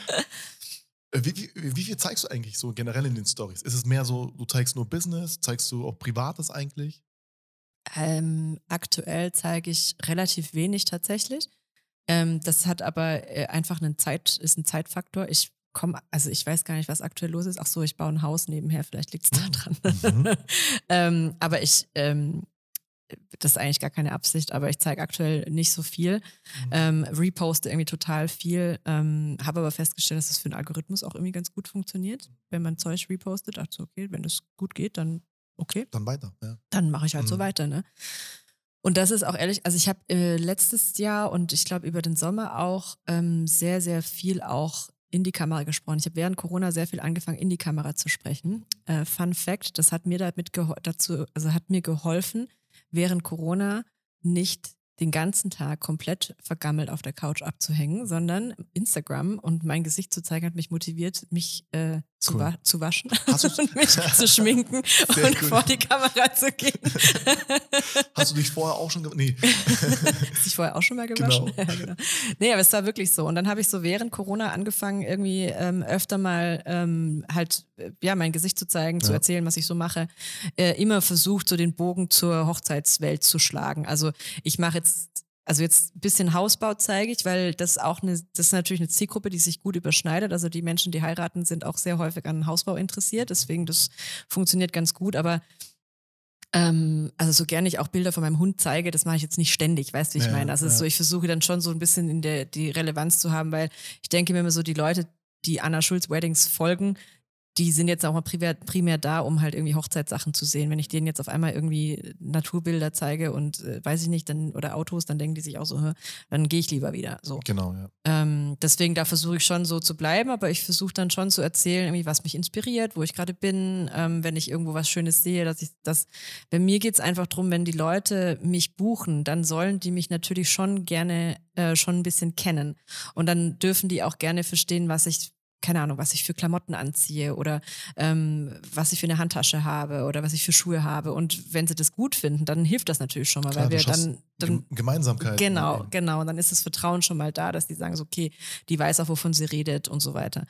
Wie viel zeigst du eigentlich so generell in den Stories? Ist es mehr so, du zeigst nur Business, zeigst du auch Privates eigentlich? Aktuell zeige ich relativ wenig tatsächlich. Das hat aber einfach ist ein Zeitfaktor. Ich weiß gar nicht, was aktuell los ist. Ach so, ich baue ein Haus nebenher, vielleicht liegt es da dran. Aber das ist eigentlich gar keine Absicht, aber ich zeige aktuell nicht so viel. Reposte irgendwie total viel. Habe aber festgestellt, dass das für den Algorithmus auch irgendwie ganz gut funktioniert. Wenn man Zeug repostet, dachte ich, okay, wenn das gut geht, dann okay. Dann weiter, ja. Dann mache ich halt so weiter, ne? Und das ist auch ehrlich, also ich habe letztes Jahr und ich glaube über den Sommer auch sehr, sehr viel auch in die Kamera gesprochen. Ich habe während Corona sehr viel angefangen, in die Kamera zu sprechen. Fun Fact, das hat mir hat mir geholfen, während Corona nicht den ganzen Tag komplett vergammelt auf der Couch abzuhängen, sondern Instagram und mein Gesicht zu zeigen hat mich motiviert, mich zu waschen und mich zu schminken und vor die Kamera zu gehen. Hast du dich vorher auch schon gewaschen? Nee. Hast du dich vorher auch schon mal gewaschen? Genau. Ja, genau. Nee, aber es war wirklich so. Und dann habe ich so während Corona angefangen, irgendwie öfter mal mein Gesicht zu zeigen, zu erzählen, was ich so mache. Immer versucht, so den Bogen zur Hochzeitswelt zu schlagen. Also ich mache jetzt ein bisschen Hausbau zeige ich, weil das ist natürlich eine Zielgruppe, die sich gut überschneidet. Also die Menschen, die heiraten, sind auch sehr häufig an Hausbau interessiert. Deswegen, das funktioniert ganz gut. Aber so gerne ich auch Bilder von meinem Hund zeige, das mache ich jetzt nicht ständig, weißt du, wie ich meine? Also ich versuche dann schon so ein bisschen die Relevanz zu haben, weil ich denke mir immer so, die Leute, die Anna Schulz Weddings folgen, die sind jetzt auch mal primär da, um halt irgendwie Hochzeitssachen zu sehen. Wenn ich denen jetzt auf einmal irgendwie Naturbilder zeige und weiß ich nicht, oder Autos, dann denken die sich auch so, dann gehe ich lieber wieder. So. Genau, ja. Deswegen, da versuche ich schon so zu bleiben, aber ich versuche dann schon zu erzählen, irgendwie, was mich inspiriert, wo ich gerade bin, wenn ich irgendwo was Schönes sehe, bei mir geht es einfach darum, wenn die Leute mich buchen, dann sollen die mich natürlich schon gerne schon ein bisschen kennen. Und dann dürfen die auch gerne verstehen, was ich für Klamotten anziehe oder was ich für eine Handtasche habe oder was ich für Schuhe habe. Und wenn sie das gut finden, dann hilft das natürlich schon mal, klar, weil wir dann Gemeinsamkeit. Genau. Und dann ist das Vertrauen schon mal da, dass die sagen, so, okay, die weiß auch, wovon sie redet und so weiter.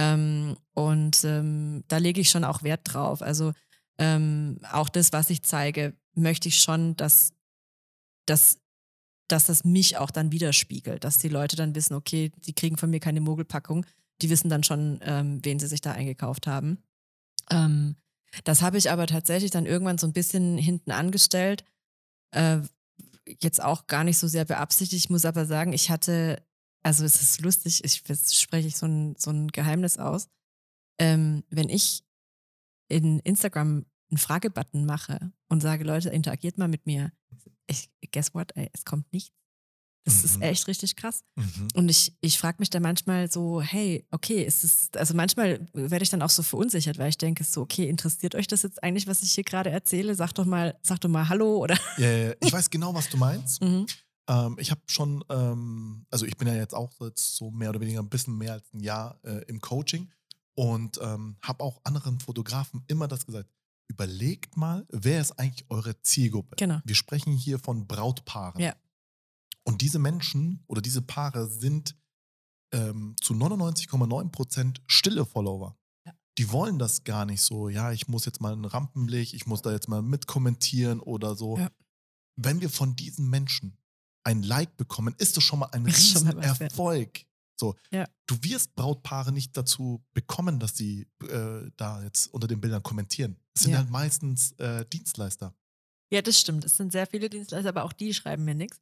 Da lege ich schon auch Wert drauf. Also auch das, was ich zeige, möchte ich schon, dass das mich auch dann widerspiegelt, dass die Leute dann wissen, okay, die kriegen von mir keine Mogelpackung, die wissen dann schon, wen sie sich da eingekauft haben. Das habe ich aber tatsächlich dann irgendwann so ein bisschen hinten angestellt, jetzt auch gar nicht so sehr beabsichtigt. Ich muss aber sagen, es ist lustig, jetzt spreche ich so ein Geheimnis aus. Wenn ich in Instagram einen Fragebutton mache und sage, Leute, interagiert mal mit mir. Guess what, ey, es kommt nichts. Das ist echt richtig krass. Und ich frage mich da manchmal so, hey, okay, also manchmal werde ich dann auch so verunsichert, weil ich denke so, okay, interessiert euch das jetzt eigentlich, was ich hier gerade erzähle? Sag doch mal Hallo oder. Ja, ich weiß genau, was du meinst. Ich habe schon, also ich bin ja jetzt auch so mehr oder weniger ein bisschen mehr als ein Jahr im Coaching und habe auch anderen Fotografen immer das gesagt, überlegt mal, wer ist eigentlich eure Zielgruppe? Genau. Wir sprechen hier von Brautpaaren. Ja. Und diese Menschen oder diese Paare sind zu 99,9% stille Follower. Ja. Die wollen das gar nicht so, ja, ich muss jetzt mal einen Rampenlicht, ich muss da jetzt mal mitkommentieren oder so. Ja. Wenn wir von diesen Menschen ein Like bekommen, ist das schon mal ein Riesenerfolg. So, ja. Du wirst Brautpaare nicht dazu bekommen, dass sie da jetzt unter den Bildern kommentieren. Das sind halt meistens Dienstleister. Ja, das stimmt. Es sind sehr viele Dienstleister, aber auch die schreiben mir nichts.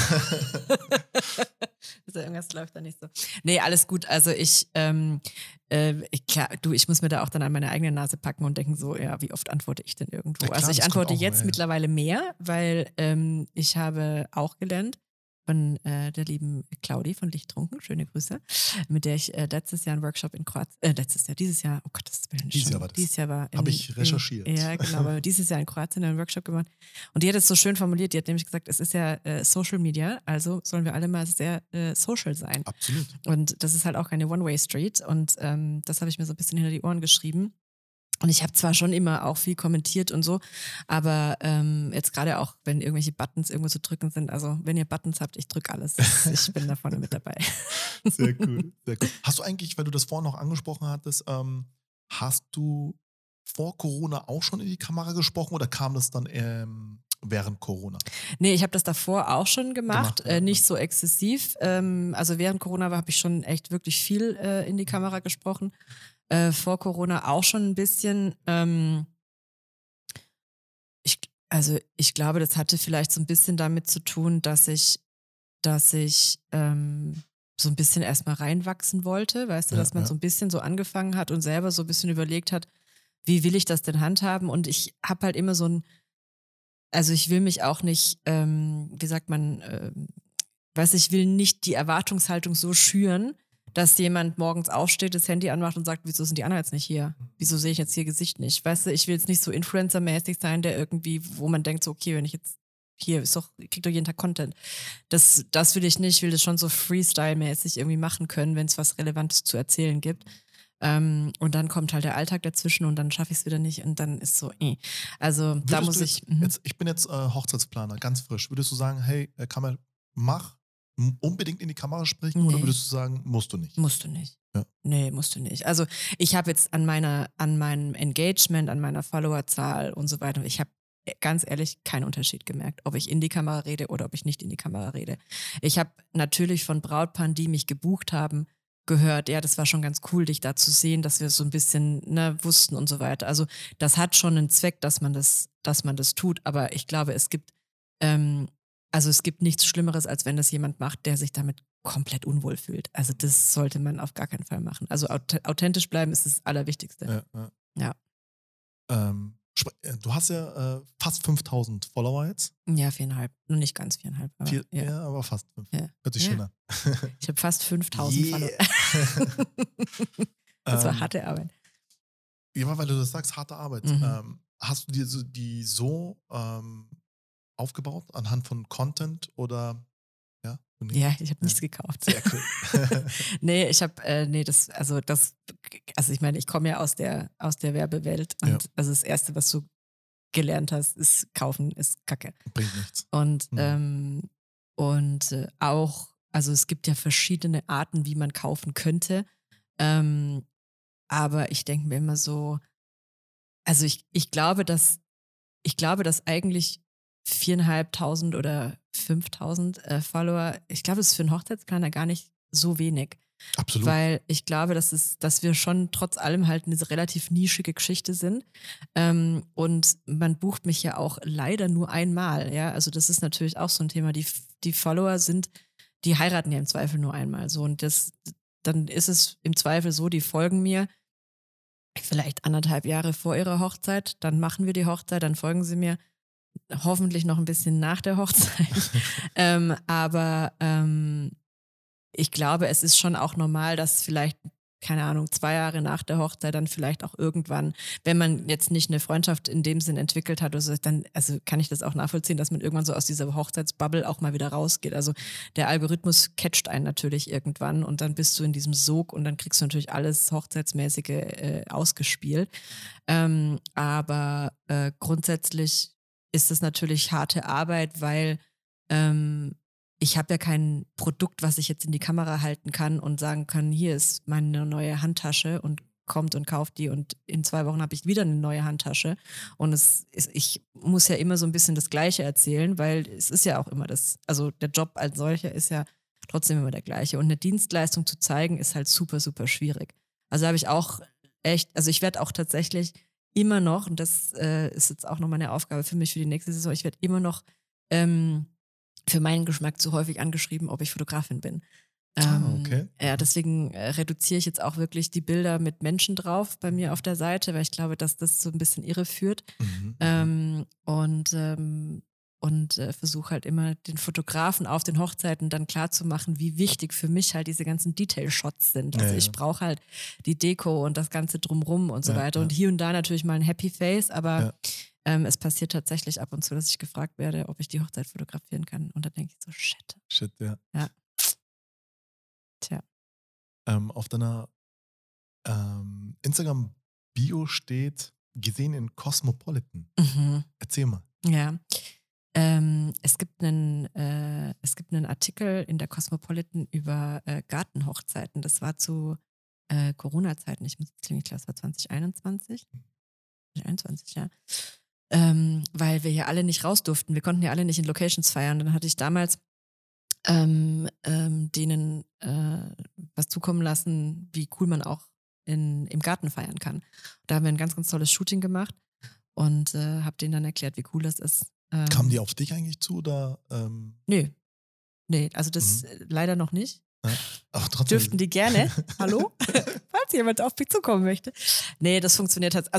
Also irgendwas läuft da nicht so. Nee, alles gut. Also ich muss mir da auch dann an meine eigene Nase packen und denken so, ja, wie oft antworte ich denn irgendwo? Ja, klar, also ich antworte jetzt mittlerweile mehr, weil ich habe auch gelernt von der lieben Claudi von Lichttrunken, schöne Grüße, mit der ich letztes Jahr einen Workshop in Kroatien, dieses Jahr, oh Gottes Willen, dieses Jahr war habe ich recherchiert. Ja, genau, aber dieses Jahr in Kroatien einen Workshop gemacht und die hat es so schön formuliert, die hat nämlich gesagt, es ist ja Social Media, also sollen wir alle mal sehr social sein. Absolut. Und das ist halt auch keine One-Way-Street und das habe ich mir so ein bisschen hinter die Ohren geschrieben. Und ich habe zwar schon immer auch viel kommentiert und so, aber jetzt gerade auch, wenn irgendwelche Buttons irgendwo zu drücken sind, also wenn ihr Buttons habt, ich drücke alles. Ich bin da vorne mit dabei. Sehr cool, sehr cool. Hast du eigentlich, weil du das vorhin noch angesprochen hattest, hast du vor Corona auch schon in die Kamera gesprochen oder kam das dann während Corona? Nee, ich habe das davor auch schon gemacht, nicht so exzessiv. Also während Corona habe ich schon echt wirklich viel in die Kamera gesprochen. Vor Corona auch schon ein bisschen. Ich glaube, das hatte vielleicht so ein bisschen damit zu tun, dass ich so ein bisschen erstmal reinwachsen wollte, weißt du, dass man so ein bisschen so angefangen hat und selber so ein bisschen überlegt hat, wie will ich das denn handhaben? Und ich habe halt immer also ich will mich auch nicht, wie sagt man, ich will nicht die Erwartungshaltung so schüren, dass jemand morgens aufsteht, das Handy anmacht und sagt, wieso sind die anderen jetzt nicht hier? Wieso sehe ich jetzt hier Gesicht nicht? Weißt du, ich will jetzt nicht so Influencer-mäßig sein, der irgendwie, wo man denkt so, okay, wenn ich jetzt hier kriegt doch jeden Tag Content. Das will ich nicht, ich will das schon so Freestyle-mäßig irgendwie machen können, wenn es was Relevantes zu erzählen gibt. Und dann kommt halt der Alltag dazwischen und dann schaffe ich es wieder nicht und dann ist so, Also da muss ich... Ich bin jetzt Hochzeitsplaner, ganz frisch. Würdest du sagen, hey, Kamer, mach unbedingt in die Kamera sprechen oder würdest du sagen, musst du nicht? Musst du nicht. Ja. Nee, musst du nicht. Also ich habe jetzt an meinem Engagement, an meiner Followerzahl und so weiter, ich habe ganz ehrlich keinen Unterschied gemerkt, ob ich in die Kamera rede oder ob ich nicht in die Kamera rede. Ich habe natürlich von Brautpaaren, die mich gebucht haben, gehört, ja, das war schon ganz cool, dich da zu sehen, dass wir so ein bisschen wussten und so weiter. Also das hat schon einen Zweck, dass man das tut, aber ich glaube, es gibt nichts Schlimmeres, als wenn das jemand macht, der sich damit komplett unwohl fühlt. Also das sollte man auf gar keinen Fall machen. Also authentisch bleiben ist das Allerwichtigste. Ja. Du hast ja fast 5000 Follower jetzt. Ja, 4,5. Nur nicht ganz 4,5. Aber, ja, aber fast 5. Ja. Hört sich schön an. Ich habe fast 5000 Follower. Das war harte Arbeit. Ja, weil du das sagst, harte Arbeit. Hast du dir die so aufgebaut anhand von Content oder ja? Ja, ich habe nichts gekauft. Sehr cool. Nee, ich habe, ich meine, ich komme ja aus der Werbewelt und also das Erste, was du gelernt hast, ist kaufen, ist Kacke. Bringt nichts. Und auch, also es gibt ja verschiedene Arten, wie man kaufen könnte, aber ich denke mir immer so, also ich glaube, dass eigentlich 4.500 oder 5.000 Follower, ich glaube, das ist für einen Hochzeitsplaner gar nicht so wenig. Absolut. Weil ich glaube, dass wir schon trotz allem halt eine relativ nischige Geschichte sind. Und man bucht mich ja auch leider nur einmal. Ja, also das ist natürlich auch so ein Thema. Die Follower die heiraten ja im Zweifel nur einmal. So und dann ist es im Zweifel so, die folgen mir. vielleicht 1,5 Jahre vor ihrer Hochzeit. Dann machen wir die Hochzeit, dann folgen sie mir. Hoffentlich noch ein bisschen nach der Hochzeit. Aber ich glaube, es ist schon auch normal, dass vielleicht, keine Ahnung, 2 Jahre nach der Hochzeit dann vielleicht auch irgendwann, wenn man jetzt nicht eine Freundschaft in dem Sinn entwickelt hat oder so, dann, also kann ich das auch nachvollziehen, dass man irgendwann so aus dieser Hochzeitsbubble auch mal wieder rausgeht. Also der Algorithmus catcht einen natürlich irgendwann und dann bist du in diesem Sog und dann kriegst du natürlich alles Hochzeitsmäßige ausgespielt. Aber grundsätzlich ist das natürlich harte Arbeit, weil ich habe ja kein Produkt, was ich jetzt in die Kamera halten kann und sagen kann, hier ist meine neue Handtasche und kommt und kauft die und in 2 Wochen habe ich wieder eine neue Handtasche. Und ich muss ja immer so ein bisschen das Gleiche erzählen, weil es ist ja auch immer also der Job als solcher ist ja trotzdem immer der gleiche. Und eine Dienstleistung zu zeigen, ist halt super, super schwierig. Also habe ich auch echt, also ich werde auch tatsächlich immer noch, und das ist jetzt auch noch meine Aufgabe für mich für die nächste Saison, ich werde immer noch für meinen Geschmack zu häufig angeschrieben, ob ich Fotografin bin. Okay. Ja, deswegen reduziere ich jetzt auch wirklich die Bilder mit Menschen drauf bei mir auf der Seite, weil ich glaube, dass das so ein bisschen irreführt. Und versuche halt immer den Fotografen auf den Hochzeiten dann klarzumachen, wie wichtig für mich halt diese ganzen Detail-Shots sind. Also ich brauche halt die Deko und das Ganze drumrum und so weiter. Und hier und da natürlich mal ein Happy Face, aber es passiert tatsächlich ab und zu, dass ich gefragt werde, ob ich die Hochzeit fotografieren kann. Und da denke ich so, shit. Ja. Tja. Auf deiner Instagram-Bio steht, gesehen in Cosmopolitan. Erzähl mal. Ja. Es gibt einen Artikel in der Cosmopolitan über Gartenhochzeiten. Das war zu Corona-Zeiten. Ich muss jetzt klingen, ich glaube, es war 2021. 2021, ja. Weil wir ja alle nicht raus durften. Wir konnten ja alle nicht in Locations feiern. Dann hatte ich damals denen was zukommen lassen, wie cool man auch im Garten feiern kann. Da haben wir ein ganz, ganz tolles Shooting gemacht und habe denen dann erklärt, wie cool das ist. Kamen die auf dich eigentlich zu oder? Nee, also das leider noch nicht. Ja, aber trotzdem. Dürften die gerne. Hallo? Falls jemand auf mich zukommen möchte. Nee, das funktioniert halt.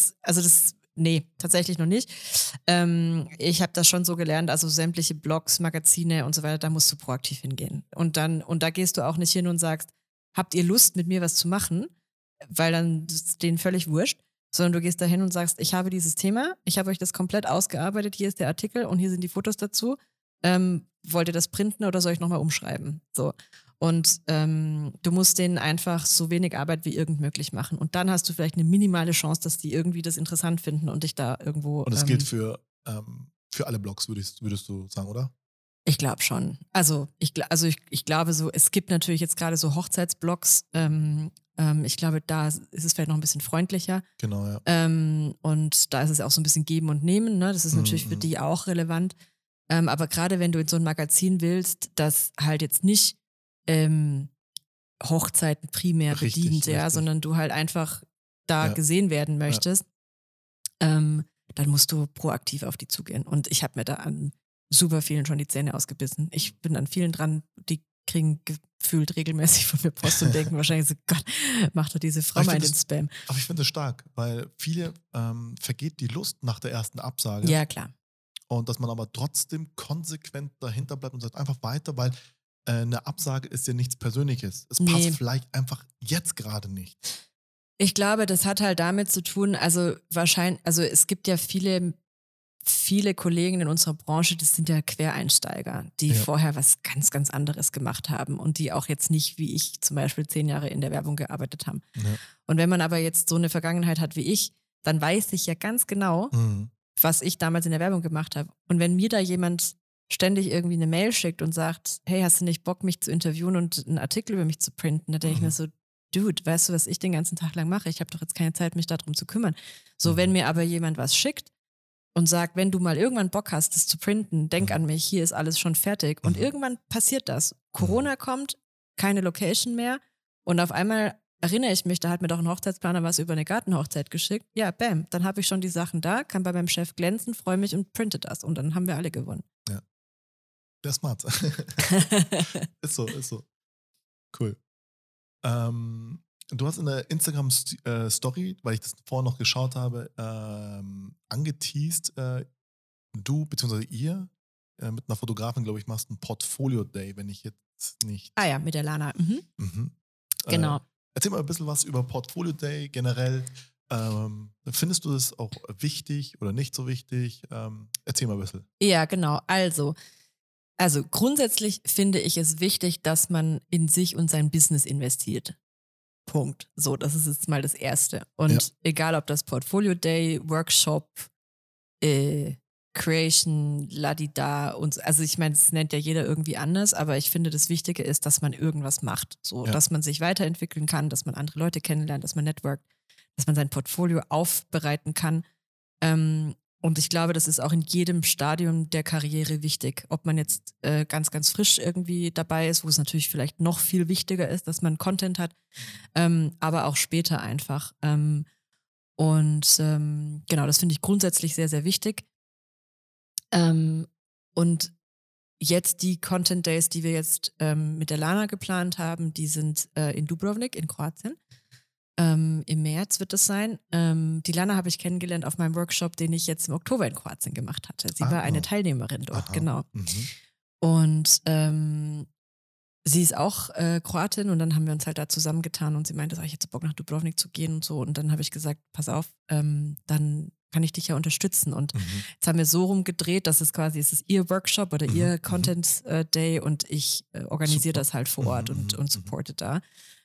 Nee, tatsächlich noch nicht. Ich habe das schon so gelernt, also sämtliche Blogs, Magazine und so weiter, da musst du proaktiv hingehen. Und da gehst du auch nicht hin und sagst, habt ihr Lust, mit mir was zu machen? Weil dann ist denen völlig wurscht. Sondern du gehst da hin und sagst, ich habe dieses Thema, ich habe euch das komplett ausgearbeitet, hier ist der Artikel und hier sind die Fotos dazu. Wollt ihr das printen oder soll ich nochmal umschreiben? So. Und du musst denen einfach so wenig Arbeit wie irgend möglich machen. Und dann hast du vielleicht eine minimale Chance, dass die irgendwie das interessant finden und dich da irgendwo. Und das gilt für alle Blogs, würdest du sagen, oder? Ich glaube schon. Also ich glaube so, es gibt natürlich jetzt gerade so Hochzeitsblogs. Ich glaube, da ist es vielleicht noch ein bisschen freundlicher. Genau, ja. Und da ist es auch so ein bisschen Geben und Nehmen. Ne? Das ist natürlich für die auch relevant. Aber gerade wenn du in so ein Magazin willst, das halt jetzt nicht Hochzeiten primär bedient, ja, sondern du halt einfach da gesehen werden möchtest, dann musst du proaktiv auf die zugehen. Und ich habe mir da an super vielen schon die Zähne ausgebissen. Ich bin an vielen dran, die kriegen gefühlt regelmäßig von mir Post und denken wahrscheinlich so, Gott, mach doch diese Frau mal in den Spam. Aber ich finde das stark, weil viele vergeht die Lust nach der ersten Absage. Ja, klar. Und dass man aber trotzdem konsequent dahinter bleibt und sagt einfach weiter, weil eine Absage ist ja nichts Persönliches. Es passt vielleicht einfach jetzt gerade nicht. Ich glaube, das hat halt damit zu tun, also es gibt ja viele Kollegen in unserer Branche, das sind ja Quereinsteiger, die vorher was ganz, ganz anderes gemacht haben und die auch jetzt nicht, wie ich zum Beispiel 10 Jahre in der Werbung gearbeitet haben. Ja. Und wenn man aber jetzt so eine Vergangenheit hat wie ich, dann weiß ich ja ganz genau, was ich damals in der Werbung gemacht habe. Und wenn mir da jemand ständig irgendwie eine Mail schickt und sagt, hey, hast du nicht Bock, mich zu interviewen und einen Artikel über mich zu printen, da denke ich mir so, Dude, weißt du, was ich den ganzen Tag lang mache? Ich habe doch jetzt keine Zeit, mich darum zu kümmern. So, wenn mir aber jemand was schickt und sagt, wenn du mal irgendwann Bock hast, das zu printen, denk an mich, hier ist alles schon fertig. Und irgendwann passiert das. Corona kommt, keine Location mehr und auf einmal erinnere ich mich, da hat mir doch ein Hochzeitsplaner was über eine Gartenhochzeit geschickt. Ja, bam, dann habe ich schon die Sachen da, kann bei meinem Chef glänzen, freue mich und printe das. Und dann haben wir alle gewonnen. Ja. Der ist smart. Ist so. Cool. Du hast in der Instagram-Story, weil ich das vorher noch geschaut habe, angeteased, du bzw. ihr mit einer Fotografin, glaube ich, machst einen Portfolio-Day, wenn ich jetzt nicht... Ah ja, mit der Lana. Mhm. Mhm. Genau. Erzähl mal ein bisschen was über Portfolio-Day generell. Findest du das auch wichtig oder nicht so wichtig? Erzähl mal ein bisschen. Ja, genau. Also grundsätzlich finde ich es wichtig, dass man in sich und sein Business investiert. Punkt. So, das ist jetzt mal das Erste. Und egal, ob das Portfolio Day, Workshop, Creation, Ladida und so. Also ich meine, das nennt ja jeder irgendwie anders, aber ich finde, das Wichtige ist, dass man irgendwas macht. So, dass man sich weiterentwickeln kann, dass man andere Leute kennenlernt, dass man networkt, dass man sein Portfolio aufbereiten kann. Und ich glaube, das ist auch in jedem Stadium der Karriere wichtig. Ob man jetzt ganz, ganz frisch irgendwie dabei ist, wo es natürlich vielleicht noch viel wichtiger ist, dass man Content hat, aber auch später einfach. Genau, das finde ich grundsätzlich sehr, sehr wichtig. Und jetzt die Content Days, die wir jetzt mit der Lana geplant haben, die sind in Dubrovnik in Kroatien. Im März wird es sein. Die Lana habe ich kennengelernt auf meinem Workshop, den ich jetzt im Oktober in Kroatien gemacht hatte. Sie war eine Teilnehmerin dort, genau. Mhm. Und sie ist auch Kroatin und dann haben wir uns halt da zusammengetan und sie meinte, ich hätte Bock nach Dubrovnik zu gehen und so. Und dann habe ich gesagt, pass auf, dann kann ich dich ja unterstützen. Und jetzt haben wir so rumgedreht, dass es ist ihr Workshop oder ihr Content Day und ich organisiere das halt vor Ort und supporte da.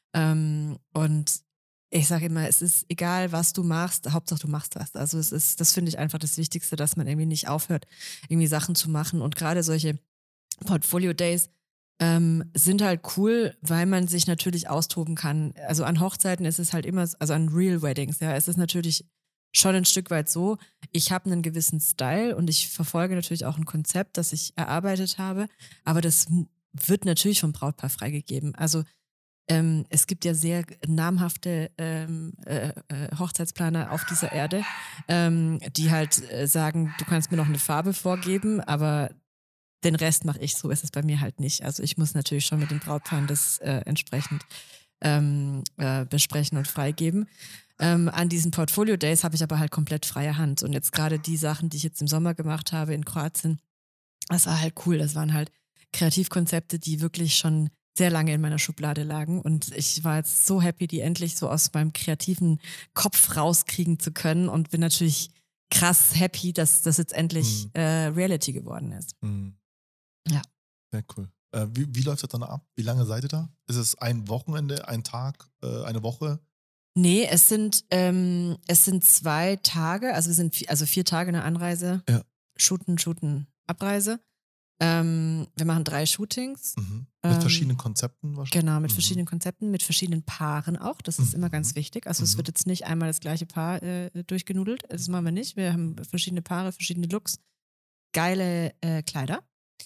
Und ich sage immer, es ist egal, was du machst, Hauptsache du machst was. Also das finde ich einfach das Wichtigste, dass man irgendwie nicht aufhört, irgendwie Sachen zu machen. Und gerade solche Portfolio-Days sind halt cool, weil man sich natürlich austoben kann. Also an Hochzeiten ist es halt immer, also an Real Weddings, ja, ist es natürlich schon ein Stück weit so, ich habe einen gewissen Style und ich verfolge natürlich auch ein Konzept, das ich erarbeitet habe, aber das wird natürlich vom Brautpaar freigegeben. Also es gibt ja sehr namhafte Hochzeitsplaner auf dieser Erde, die halt sagen, du kannst mir noch eine Farbe vorgeben, aber den Rest mache ich, so ist es bei mir halt nicht. Also ich muss natürlich schon mit den Brautpaaren das entsprechend besprechen und freigeben. An diesen Portfolio Days habe ich aber halt komplett freie Hand. Und jetzt gerade die Sachen, die ich jetzt im Sommer gemacht habe in Kroatien, das war halt cool. Das waren halt Kreativkonzepte, die wirklich schon sehr lange in meiner Schublade lagen. Und ich war jetzt so happy, die endlich so aus meinem kreativen Kopf rauskriegen zu können und bin natürlich krass happy, dass das jetzt endlich Reality geworden ist. Ja. Sehr cool. Wie läuft das dann ab? Wie lange seid ihr da? Ist es ein Wochenende, ein Tag, eine Woche? Nee, es sind 2 Tage, also wir sind 4 Tage eine Anreise, Shooten, Abreise. Wir machen 3 Shootings. Mit verschiedenen Konzepten wahrscheinlich? Genau, mit verschiedenen Konzepten, mit verschiedenen Paaren auch. Das ist immer ganz wichtig. Also es wird jetzt nicht einmal das gleiche Paar durchgenudelt. Das machen wir nicht. Wir haben verschiedene Paare, verschiedene Looks, geile Kleider.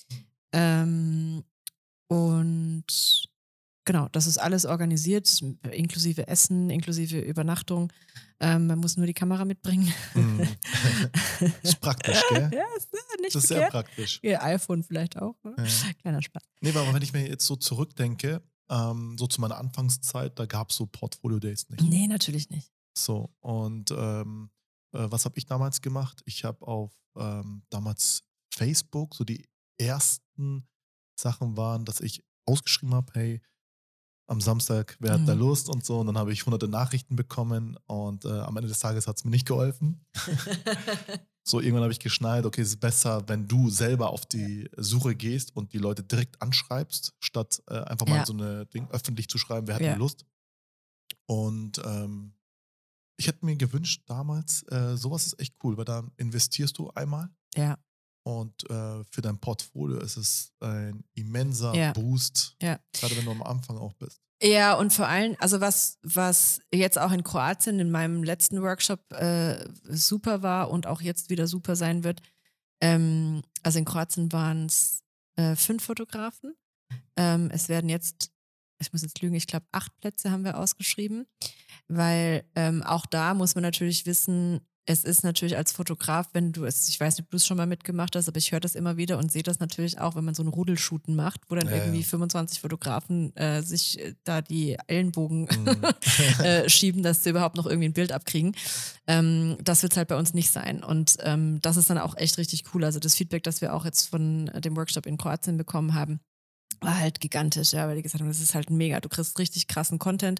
Und genau, das ist alles organisiert, inklusive Essen, inklusive Übernachtung. Man muss nur die Kamera mitbringen. Das ist praktisch, gell? Ja, ist nicht das ist sehr praktisch. Ja, iPhone vielleicht auch. Ne? Ja. Kleiner Spaß. Nee, aber wenn ich mir jetzt so zurückdenke, so zu meiner Anfangszeit, da gab es so Portfolio-Days nicht. Nee, natürlich nicht. So, und was habe ich damals gemacht? Ich habe auf damals Facebook, so die ersten Sachen waren, dass ich ausgeschrieben habe, hey, am Samstag, wer hat da Lust und so. Und dann habe ich hunderte Nachrichten bekommen und am Ende des Tages hat es mir nicht geholfen. So, irgendwann habe ich geschnallt, okay, es ist besser, wenn du selber auf die Suche gehst und die Leute direkt anschreibst, statt einfach mal so eine Ding öffentlich zu schreiben, wer hat denn Lust. Und ich hätte mir gewünscht damals, sowas ist echt cool, weil da investierst du einmal. Ja. Und für dein Portfolio ist es ein immenser Boost, gerade wenn du am Anfang auch bist. Ja, und vor allem, also was jetzt auch in Kroatien in meinem letzten Workshop super war und auch jetzt wieder super sein wird, also in Kroatien waren es 5 Fotografen. Es werden jetzt, ich muss jetzt lügen, ich glaube 8 Plätze haben wir ausgeschrieben, weil auch da muss man natürlich wissen, es ist natürlich als Fotograf, wenn du es, ich weiß nicht, ob du es schon mal mitgemacht hast, aber ich höre das immer wieder und sehe das natürlich auch, wenn man so einen Rudelshooten macht, wo dann irgendwie 25 Fotografen sich da die Ellenbogen schieben, dass sie überhaupt noch irgendwie ein Bild abkriegen. Das wird es halt bei uns nicht sein. Und das ist dann auch echt richtig cool. Also das Feedback, das wir auch jetzt von dem Workshop in Kroatien bekommen haben, war halt gigantisch, ja, weil die gesagt haben, das ist halt mega. Du kriegst richtig krassen Content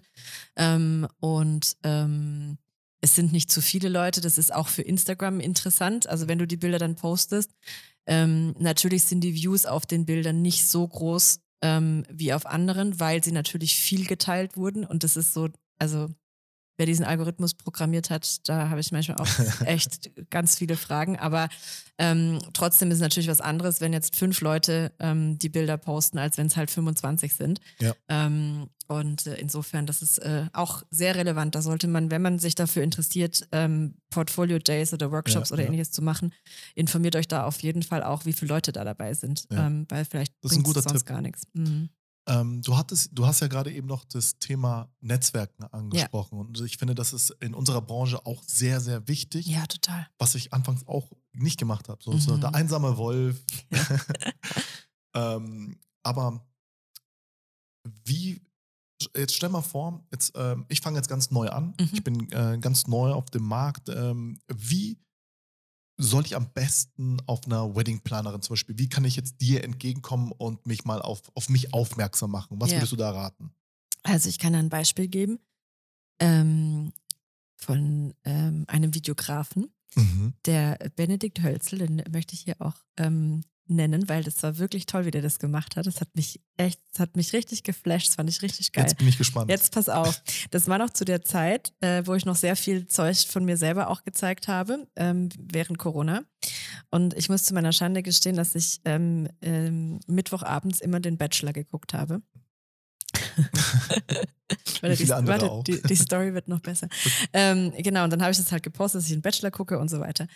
es sind nicht zu viele Leute, das ist auch für Instagram interessant. Also wenn du die Bilder dann postest, natürlich sind die Views auf den Bildern nicht so groß wie auf anderen, weil sie natürlich viel geteilt wurden und das ist so, also wer diesen Algorithmus programmiert hat, da habe ich manchmal auch echt ganz viele Fragen. Aber trotzdem ist es natürlich was anderes, wenn jetzt 5 Leute die Bilder posten, als wenn es halt 25 sind. Ja. Insofern, das ist auch sehr relevant. Da sollte man, wenn man sich dafür interessiert, Portfolio Days oder Workshops oder ähnliches zu machen, informiert euch da auf jeden Fall auch, wie viele Leute da dabei sind. Weil vielleicht bringt es sonst gar nichts. Mhm. Du hast ja gerade eben noch das Thema Netzwerken angesprochen und ich finde, das ist in unserer Branche auch sehr, sehr wichtig. Ja, total. Was ich anfangs auch nicht gemacht habe. So der einsame Wolf. Aber jetzt stell mal vor, ich fange jetzt ganz neu an. Ich bin ganz neu auf dem Markt. Wie soll ich am besten auf einer Weddingplanerin zum Beispiel, wie kann ich jetzt dir entgegenkommen und mich mal auf mich aufmerksam machen? Was würdest du da raten? Also ich kann da ein Beispiel geben von einem Videografen, der Benedikt Hölzel, den möchte ich hier auch nennen, weil das war wirklich toll, wie der das gemacht hat. Das hat mich richtig geflasht, das fand ich richtig geil. Jetzt bin ich gespannt. Jetzt pass auf, das war noch zu der Zeit, wo ich noch sehr viel Zeug von mir selber auch gezeigt habe, während Corona. Und ich muss zu meiner Schande gestehen, dass ich Mittwochabends immer den Bachelor geguckt habe. Die Story wird noch besser. Genau, und dann habe ich das halt gepostet, dass ich den Bachelor gucke und so weiter.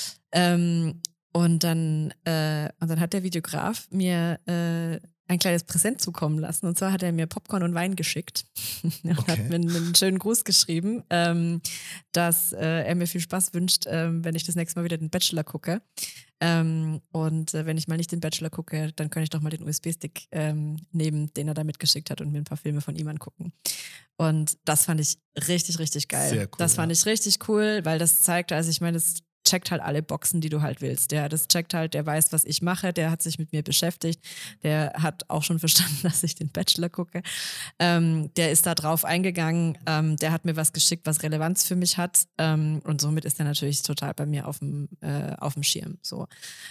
Und dann hat der Videograf mir ein kleines Präsent zukommen lassen. Und zwar hat er mir Popcorn und Wein geschickt und hat mir einen schönen Gruß geschrieben, dass er mir viel Spaß wünscht, wenn ich das nächste Mal wieder den Bachelor gucke. Wenn ich mal nicht den Bachelor gucke, dann kann ich doch mal den USB-Stick nehmen, den er da mitgeschickt hat und mir ein paar Filme von ihm angucken. Und das fand ich richtig, richtig geil. Sehr cool, das fand ich richtig cool, weil das zeigt, also ich meine, das checkt halt alle Boxen, die du halt willst. Das checkt halt, der weiß, was ich mache, der hat sich mit mir beschäftigt, der hat auch schon verstanden, dass ich den Bachelor gucke. Der ist da drauf eingegangen, der hat mir was geschickt, was Relevanz für mich hat und somit ist er natürlich total bei mir auf dem Schirm. So.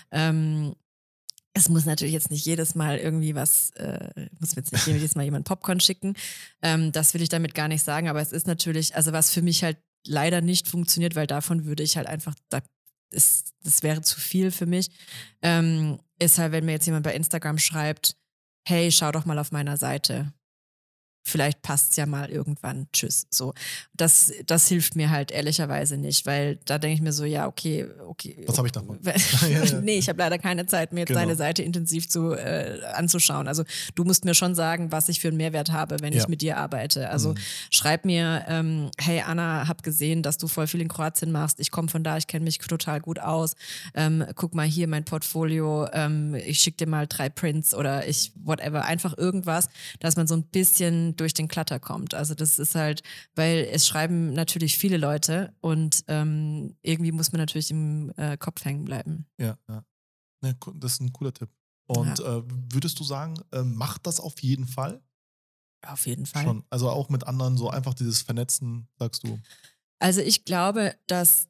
Es muss natürlich jetzt nicht jedes Mal irgendwie muss jetzt nicht jedes Mal jemand Popcorn schicken. Das will ich damit gar nicht sagen, aber es ist natürlich, also was für mich halt leider nicht funktioniert, weil davon würde ich halt einfach, das wäre zu viel für mich, ist halt, wenn mir jetzt jemand bei Instagram schreibt, hey, schau doch mal auf meiner Seite. Vielleicht passt es ja mal irgendwann, tschüss. So, das hilft mir halt ehrlicherweise nicht, weil da denke ich mir so, ja, okay. Was habe ich davon? Nee, ich habe leider keine Zeit, mir jetzt deine Seite intensiv anzuschauen. Also du musst mir schon sagen, was ich für einen Mehrwert habe, wenn ich mit dir arbeite. Also schreib mir, hey Anna, hab gesehen, dass du voll viel in Kroatien machst. Ich komme von da, ich kenne mich total gut aus. Guck mal hier mein Portfolio. Ich schicke dir mal 3 Prints oder whatever. Einfach irgendwas, dass man so ein bisschen durch den Clutter kommt. Also das ist halt, weil es schreiben natürlich viele Leute und irgendwie muss man natürlich im Kopf hängen bleiben. Ja. Das ist ein cooler Tipp. Und würdest du sagen, macht das auf jeden Fall? Auf jeden Fall. Schon. Also auch mit anderen so einfach dieses Vernetzen, sagst du? Also ich glaube, dass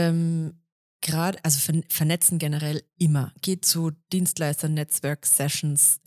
vernetzen generell immer. Geht zu Dienstleistern, Netzwerk-Sessions,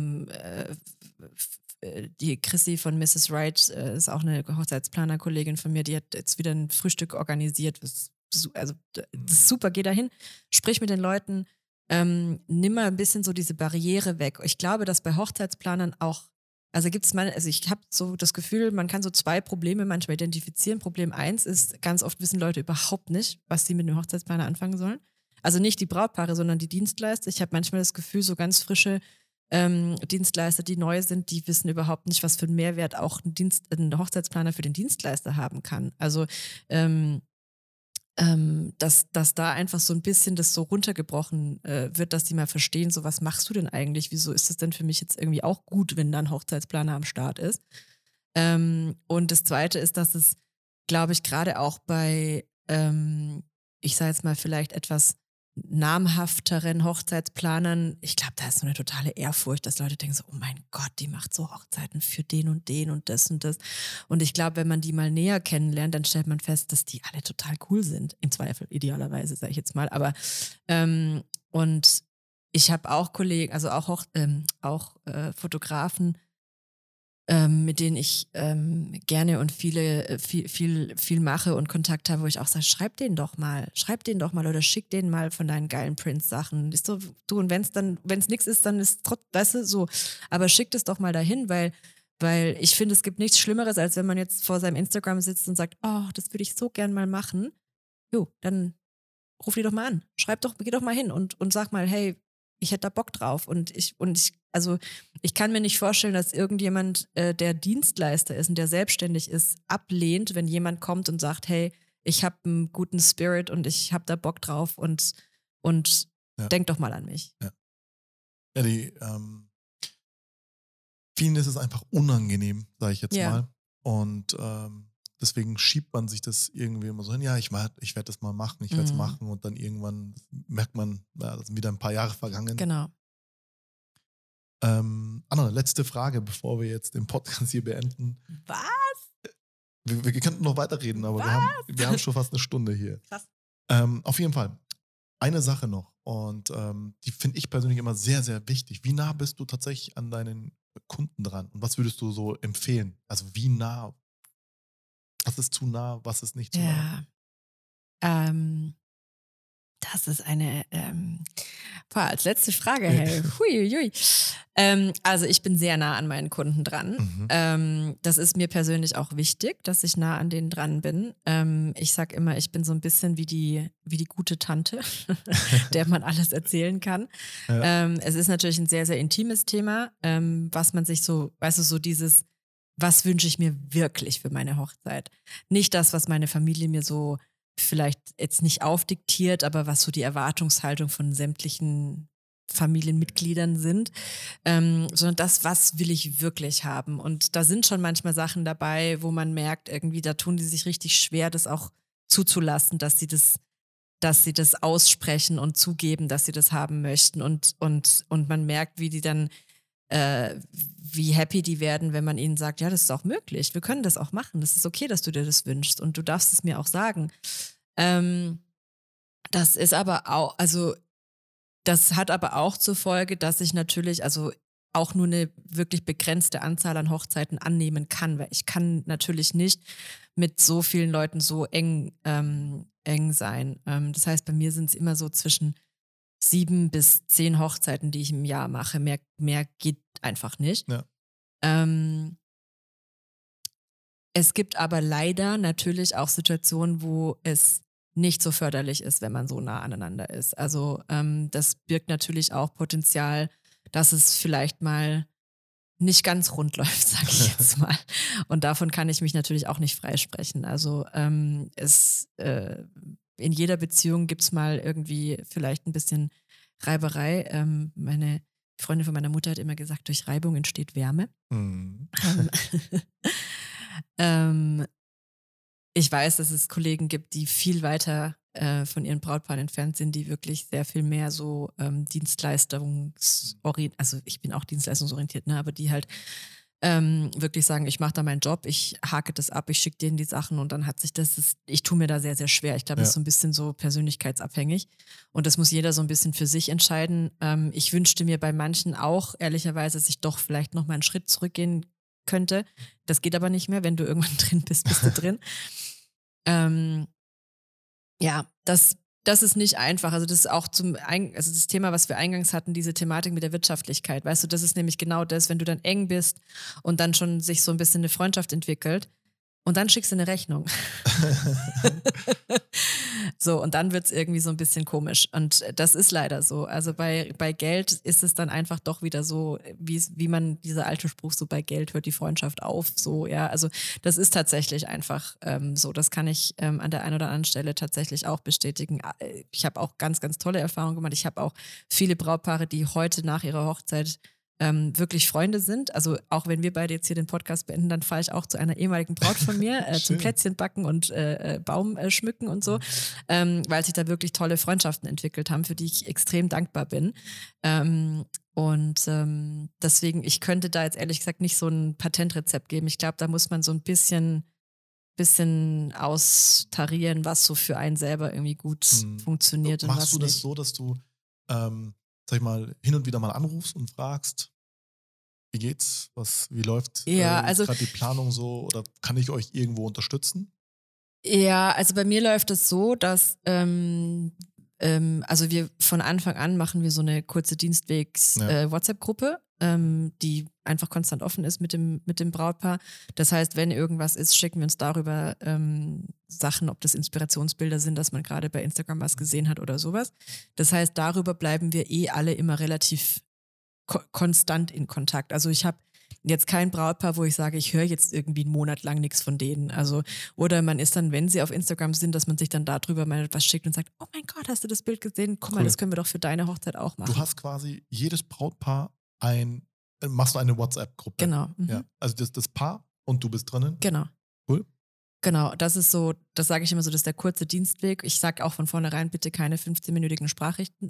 die Chrissy von Mrs. Wright ist auch eine Hochzeitsplaner-Kollegin von mir, die hat jetzt wieder ein Frühstück organisiert. Das ist super, geh dahin, sprich mit den Leuten, nimm mal ein bisschen so diese Barriere weg. Ich glaube, dass bei Hochzeitsplanern auch, ich habe so das Gefühl, man kann so 2 Probleme manchmal identifizieren. Problem 1 ist, ganz oft wissen Leute überhaupt nicht, was sie mit einem Hochzeitsplaner anfangen sollen. Also nicht die Brautpaare, sondern die Dienstleister. Ich habe manchmal das Gefühl, so ganz frische Dienstleister, die neu sind, die wissen überhaupt nicht, was für einen Mehrwert auch ein Hochzeitsplaner für den Dienstleister haben kann. Also dass da einfach so ein bisschen das so runtergebrochen wird, dass die mal verstehen, so was machst du denn eigentlich? Wieso ist es denn für mich jetzt irgendwie auch gut, wenn da ein Hochzeitsplaner am Start ist? Und das Zweite ist, dass es, glaube ich, gerade auch bei, ich sage jetzt mal vielleicht etwas namhafteren Hochzeitsplanern, ich glaube, da ist so eine totale Ehrfurcht, dass Leute denken so, oh mein Gott, die macht so Hochzeiten für den und den und das und das. Und ich glaube, wenn man die mal näher kennenlernt, dann stellt man fest, dass die alle total cool sind. Im Zweifel, idealerweise, sage ich jetzt mal. Aber und ich habe auch Kollegen, also auch Fotografen, mit denen ich gerne und viel mache und Kontakt habe, wo ich auch sage, schreib denen doch mal oder schick denen mal von deinen geilen Prints-Sachen. Ist so, du, und wenn es nichts ist, dann ist trotzdem, weißt du, so. Aber schick das doch mal dahin, weil ich finde, es gibt nichts Schlimmeres, als wenn man jetzt vor seinem Instagram sitzt und sagt, oh, das würde ich so gern mal machen. Jo, dann ruf die doch mal an. Geh doch mal hin und sag mal, hey, ich hätte da Bock drauf. Also ich kann mir nicht vorstellen, dass irgendjemand, der Dienstleister ist und der selbstständig ist, ablehnt, wenn jemand kommt und sagt, hey, ich habe einen guten Spirit und ich habe da Bock drauf und denk doch mal an mich. Ja, vielen ist es einfach unangenehm, sage ich jetzt mal. Und deswegen schiebt man sich das irgendwie immer so hin, ja, ich werde das mal machen, ich werde es machen und dann irgendwann merkt man, ja, das sind wieder ein paar Jahre vergangen. Genau. Anna, letzte Frage, bevor wir jetzt den Podcast hier beenden. Was? Wir könnten noch weiterreden, aber wir haben schon fast eine Stunde hier. Krass. Auf jeden Fall, eine Sache noch und die finde ich persönlich immer sehr, sehr wichtig. Wie nah bist du tatsächlich an deinen Kunden dran und was würdest du so empfehlen? Also wie nah? Was ist zu nah, was ist nicht zu nah? Das ist eine, als letzte Frage, hey. Huiuiui. Also ich bin sehr nah an meinen Kunden dran. Das ist mir persönlich auch wichtig, dass ich nah an denen dran bin. Ich sag immer, ich bin so ein bisschen wie die gute Tante, der man alles erzählen kann. Ja. Es ist natürlich ein sehr, sehr intimes Thema, was man sich so, weißt du, so dieses, was wünsche ich mir wirklich für meine Hochzeit? Nicht das, was meine Familie mir so vielleicht jetzt nicht aufdiktiert, aber was so die Erwartungshaltung von sämtlichen Familienmitgliedern sind, sondern das, was will ich wirklich haben? Und da sind schon manchmal Sachen dabei, wo man merkt, irgendwie, da tun die sich richtig schwer, das auch zuzulassen, dass sie das aussprechen und zugeben, dass sie das haben möchten. Und man merkt, wie die dann wie happy die werden, wenn man ihnen sagt, ja, das ist auch möglich, wir können das auch machen, das ist okay, dass du dir das wünschst und du darfst es mir auch sagen. Das ist aber auch, also das hat aber auch zur Folge, dass ich natürlich also auch nur eine wirklich begrenzte Anzahl an Hochzeiten annehmen kann, weil ich kann natürlich nicht mit so vielen Leuten so eng sein. Das heißt, bei mir sind es immer so zwischen 7 bis 10 Hochzeiten, die ich im Jahr mache. Mehr geht einfach nicht. Ja. Es gibt aber leider natürlich auch Situationen, wo es nicht so förderlich ist, wenn man so nah aneinander ist. Also das birgt natürlich auch Potenzial, dass es vielleicht mal nicht ganz rund läuft, sage ich jetzt mal. Und davon kann ich mich natürlich auch nicht freisprechen. Also in jeder Beziehung gibt es mal irgendwie vielleicht ein bisschen Reiberei. Meine Freundin von meiner Mutter hat immer gesagt, durch Reibung entsteht Wärme. Ich weiß, dass es Kollegen gibt, die viel weiter von ihren Brautpaaren entfernt sind, die wirklich sehr viel mehr so dienstleistungsorientiert, also ich bin auch dienstleistungsorientiert, ne, aber die halt wirklich sagen, ich mache da meinen Job, ich hake das ab, ich schicke denen die Sachen und dann hat sich ich tue mir da sehr, sehr schwer. Ich glaube, das ist so ein bisschen so persönlichkeitsabhängig und das muss jeder so ein bisschen für sich entscheiden. Ich wünschte mir bei manchen auch, ehrlicherweise, dass ich doch vielleicht noch mal einen Schritt zurückgehen könnte. Das geht aber nicht mehr, wenn du irgendwann drin bist du drin. Ja, das ist nicht einfach. Also das ist auch also das Thema, was wir eingangs hatten, diese Thematik mit der Wirtschaftlichkeit. Weißt du, das ist nämlich genau das, wenn du dann eng bist und dann schon sich so ein bisschen eine Freundschaft entwickelt, Und dann schickst du eine Rechnung. So, und dann wird es irgendwie so ein bisschen komisch. Und das ist leider so. Also bei Geld ist es dann einfach doch wieder so, wie man dieser alte Spruch, so bei Geld hört die Freundschaft auf. So, ja, also das ist tatsächlich einfach so. Das kann ich an der einen oder anderen Stelle tatsächlich auch bestätigen. Ich habe auch ganz, ganz tolle Erfahrungen gemacht. Ich habe auch viele Brautpaare, die heute nach ihrer Hochzeit wirklich Freunde sind. Also auch wenn wir beide jetzt hier den Podcast beenden, dann fahre ich auch zu einer ehemaligen Braut von mir zum Plätzchen backen und Baum schmücken und so, weil sich da wirklich tolle Freundschaften entwickelt haben, für die ich extrem dankbar bin. Deswegen, ich könnte da jetzt ehrlich gesagt nicht so ein Patentrezept geben. Ich glaube, da muss man so ein bisschen austarieren, was so für einen selber irgendwie gut funktioniert und was nicht. Machst du das so, dass du sag ich mal, hin und wieder mal anrufst und fragst, wie geht's? Wie läuft gerade die Planung so? Oder kann ich euch irgendwo unterstützen? Ja, also bei mir läuft es so, dass also wir von Anfang an machen wir so eine kurze Dienstwegs-WhatsApp-Gruppe, die einfach konstant offen ist mit dem Brautpaar. Das heißt, wenn irgendwas ist, schicken wir uns darüber Sachen, ob das Inspirationsbilder sind, dass man gerade bei Instagram was gesehen hat oder sowas. Das heißt, darüber bleiben wir alle immer relativ konstant in Kontakt. Also ich habe jetzt kein Brautpaar, wo ich sage, ich höre jetzt irgendwie einen Monat lang nichts von denen. Also, oder man ist dann, wenn sie auf Instagram sind, dass man sich dann darüber mal etwas schickt und sagt, oh mein Gott, hast du das Bild gesehen? Guck mal, das können wir doch für deine Hochzeit auch machen. Du hast quasi jedes Brautpaar machst du eine WhatsApp-Gruppe. Genau. Mhm. Ja, also das Paar und du bist drinnen. Genau. Cool. Genau, das ist so, das sage ich immer so, das ist der kurze Dienstweg. Ich sage auch von vornherein bitte keine 15-minütigen Sprachnachrichten.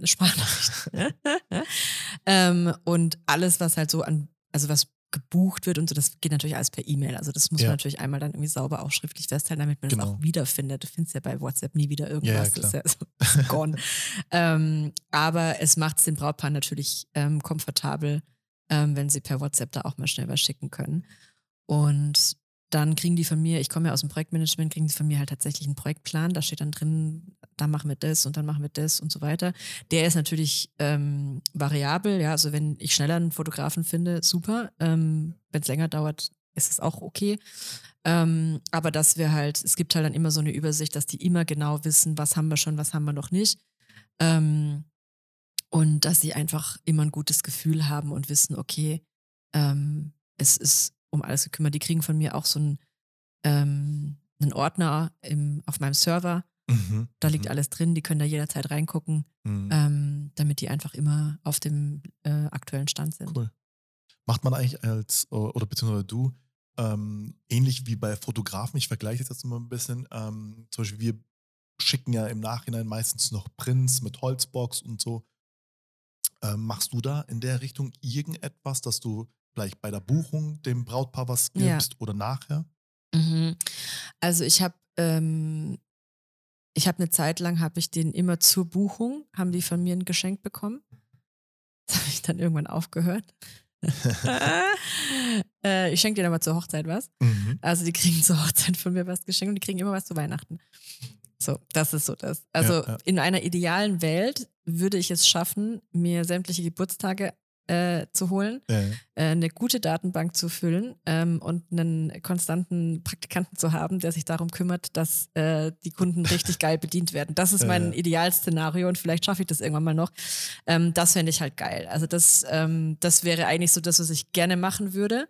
Und alles, was halt so also was gebucht wird und so, das geht natürlich alles per E-Mail. Also das muss man natürlich einmal dann irgendwie sauber auch schriftlich festhalten, damit man das auch wiederfindet. Du findest ja bei WhatsApp nie wieder irgendwas. Das ist ja so gone. Aber es macht es den Brautpaaren natürlich komfortabel, wenn sie per WhatsApp da auch mal schnell was schicken können. Und dann kriegen die von mir, ich komme ja aus dem Projektmanagement, kriegen die von mir halt tatsächlich einen Projektplan. Da steht dann drin, da machen wir das und dann machen wir das und so weiter. Der ist natürlich variabel, ja, also wenn ich schneller einen Fotografen finde, super. Wenn es länger dauert, ist es auch okay. Aber dass wir halt, es gibt halt dann immer so eine Übersicht, dass die immer genau wissen, was haben wir schon, was haben wir noch nicht. Und dass sie einfach immer ein gutes Gefühl haben und wissen, okay, es ist um alles gekümmert. Die kriegen von mir auch so einen Ordner auf meinem Server. Da liegt alles drin, die können da jederzeit reingucken, damit die einfach immer auf dem aktuellen Stand sind. Cool. Macht man eigentlich oder beziehungsweise du, ähnlich wie bei Fotografen, ich vergleiche es jetzt mal ein bisschen, zum Beispiel wir schicken ja im Nachhinein meistens noch Prints mit Holzbox und so. Machst du da in der Richtung irgendetwas, dass du vielleicht bei der Buchung dem Brautpaar was gibst oder nachher? Also ich habe eine Zeit lang, habe ich den immer zur Buchung, haben die von mir ein Geschenk bekommen. Das habe ich dann irgendwann aufgehört. Ich schenke denen aber zur Hochzeit was. Also die kriegen zur Hochzeit von mir was geschenkt und die kriegen immer was zu Weihnachten. So, das ist so das. Also in einer idealen Welt würde ich es schaffen, mir sämtliche Geburtstage zu holen, eine gute Datenbank zu füllen und einen konstanten Praktikanten zu haben, der sich darum kümmert, dass die Kunden richtig geil bedient werden. Das ist mein Idealszenario und vielleicht schaffe ich das irgendwann mal noch. Das fände ich halt geil. Also das wäre eigentlich so das, was ich gerne machen würde.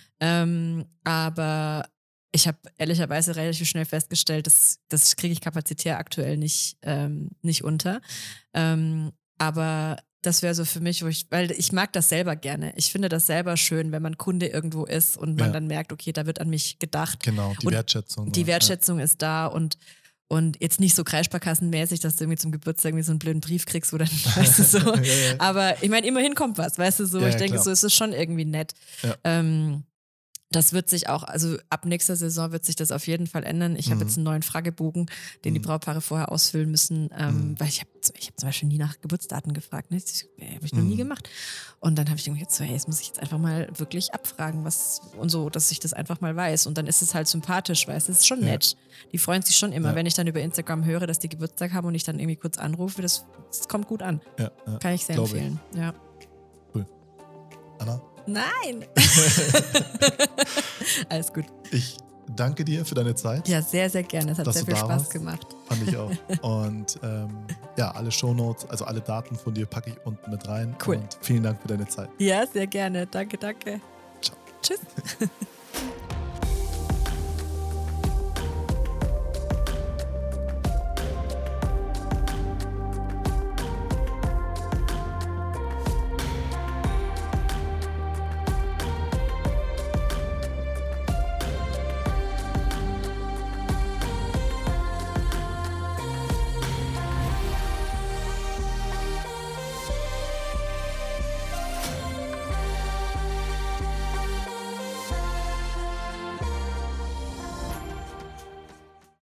Aber ich habe ehrlicherweise relativ schnell festgestellt, das kriege ich kapazitär aktuell nicht unter. Aber das wäre so für mich, weil ich mag das selber gerne. Ich finde das selber schön, wenn man Kunde irgendwo ist und man dann merkt, okay, da wird an mich gedacht. Genau, die Wertschätzung. Die Wertschätzung ist da und jetzt nicht so kreissparkassenmäßig, dass du irgendwie zum Geburtstag irgendwie so einen blöden Brief kriegst, wo dann, weißt du so. Aber ich meine, immerhin kommt was, weißt du so. Ich denke, so ist es schon irgendwie nett. Ja. Das wird sich auch, also ab nächster Saison wird sich das auf jeden Fall ändern. Ich habe jetzt einen neuen Fragebogen, den die Brautpaare vorher ausfüllen müssen, weil ich hab zum Beispiel nie nach Geburtsdaten gefragt. Ne? Das habe ich noch nie gemacht. Und dann habe ich gedacht, so, hey, das muss ich jetzt einfach mal wirklich abfragen, was und so, dass ich das einfach mal weiß. Und dann ist es halt sympathisch, weißt du, es ist schon nett. Die freuen sich schon immer, wenn ich dann über Instagram höre, dass die Geburtstag haben und ich dann irgendwie kurz anrufe, das kommt gut an. Kann ich sehr empfehlen. Ja. Cool. Anna? Nein! Alles gut. Ich danke dir für deine Zeit. Ja, sehr, sehr gerne. Es hat sehr viel Spaß gemacht. Fand ich auch. Und alle Shownotes, also alle Daten von dir packe ich unten mit rein. Cool. Und vielen Dank für deine Zeit. Ja, sehr gerne. Danke. Ciao. Tschüss.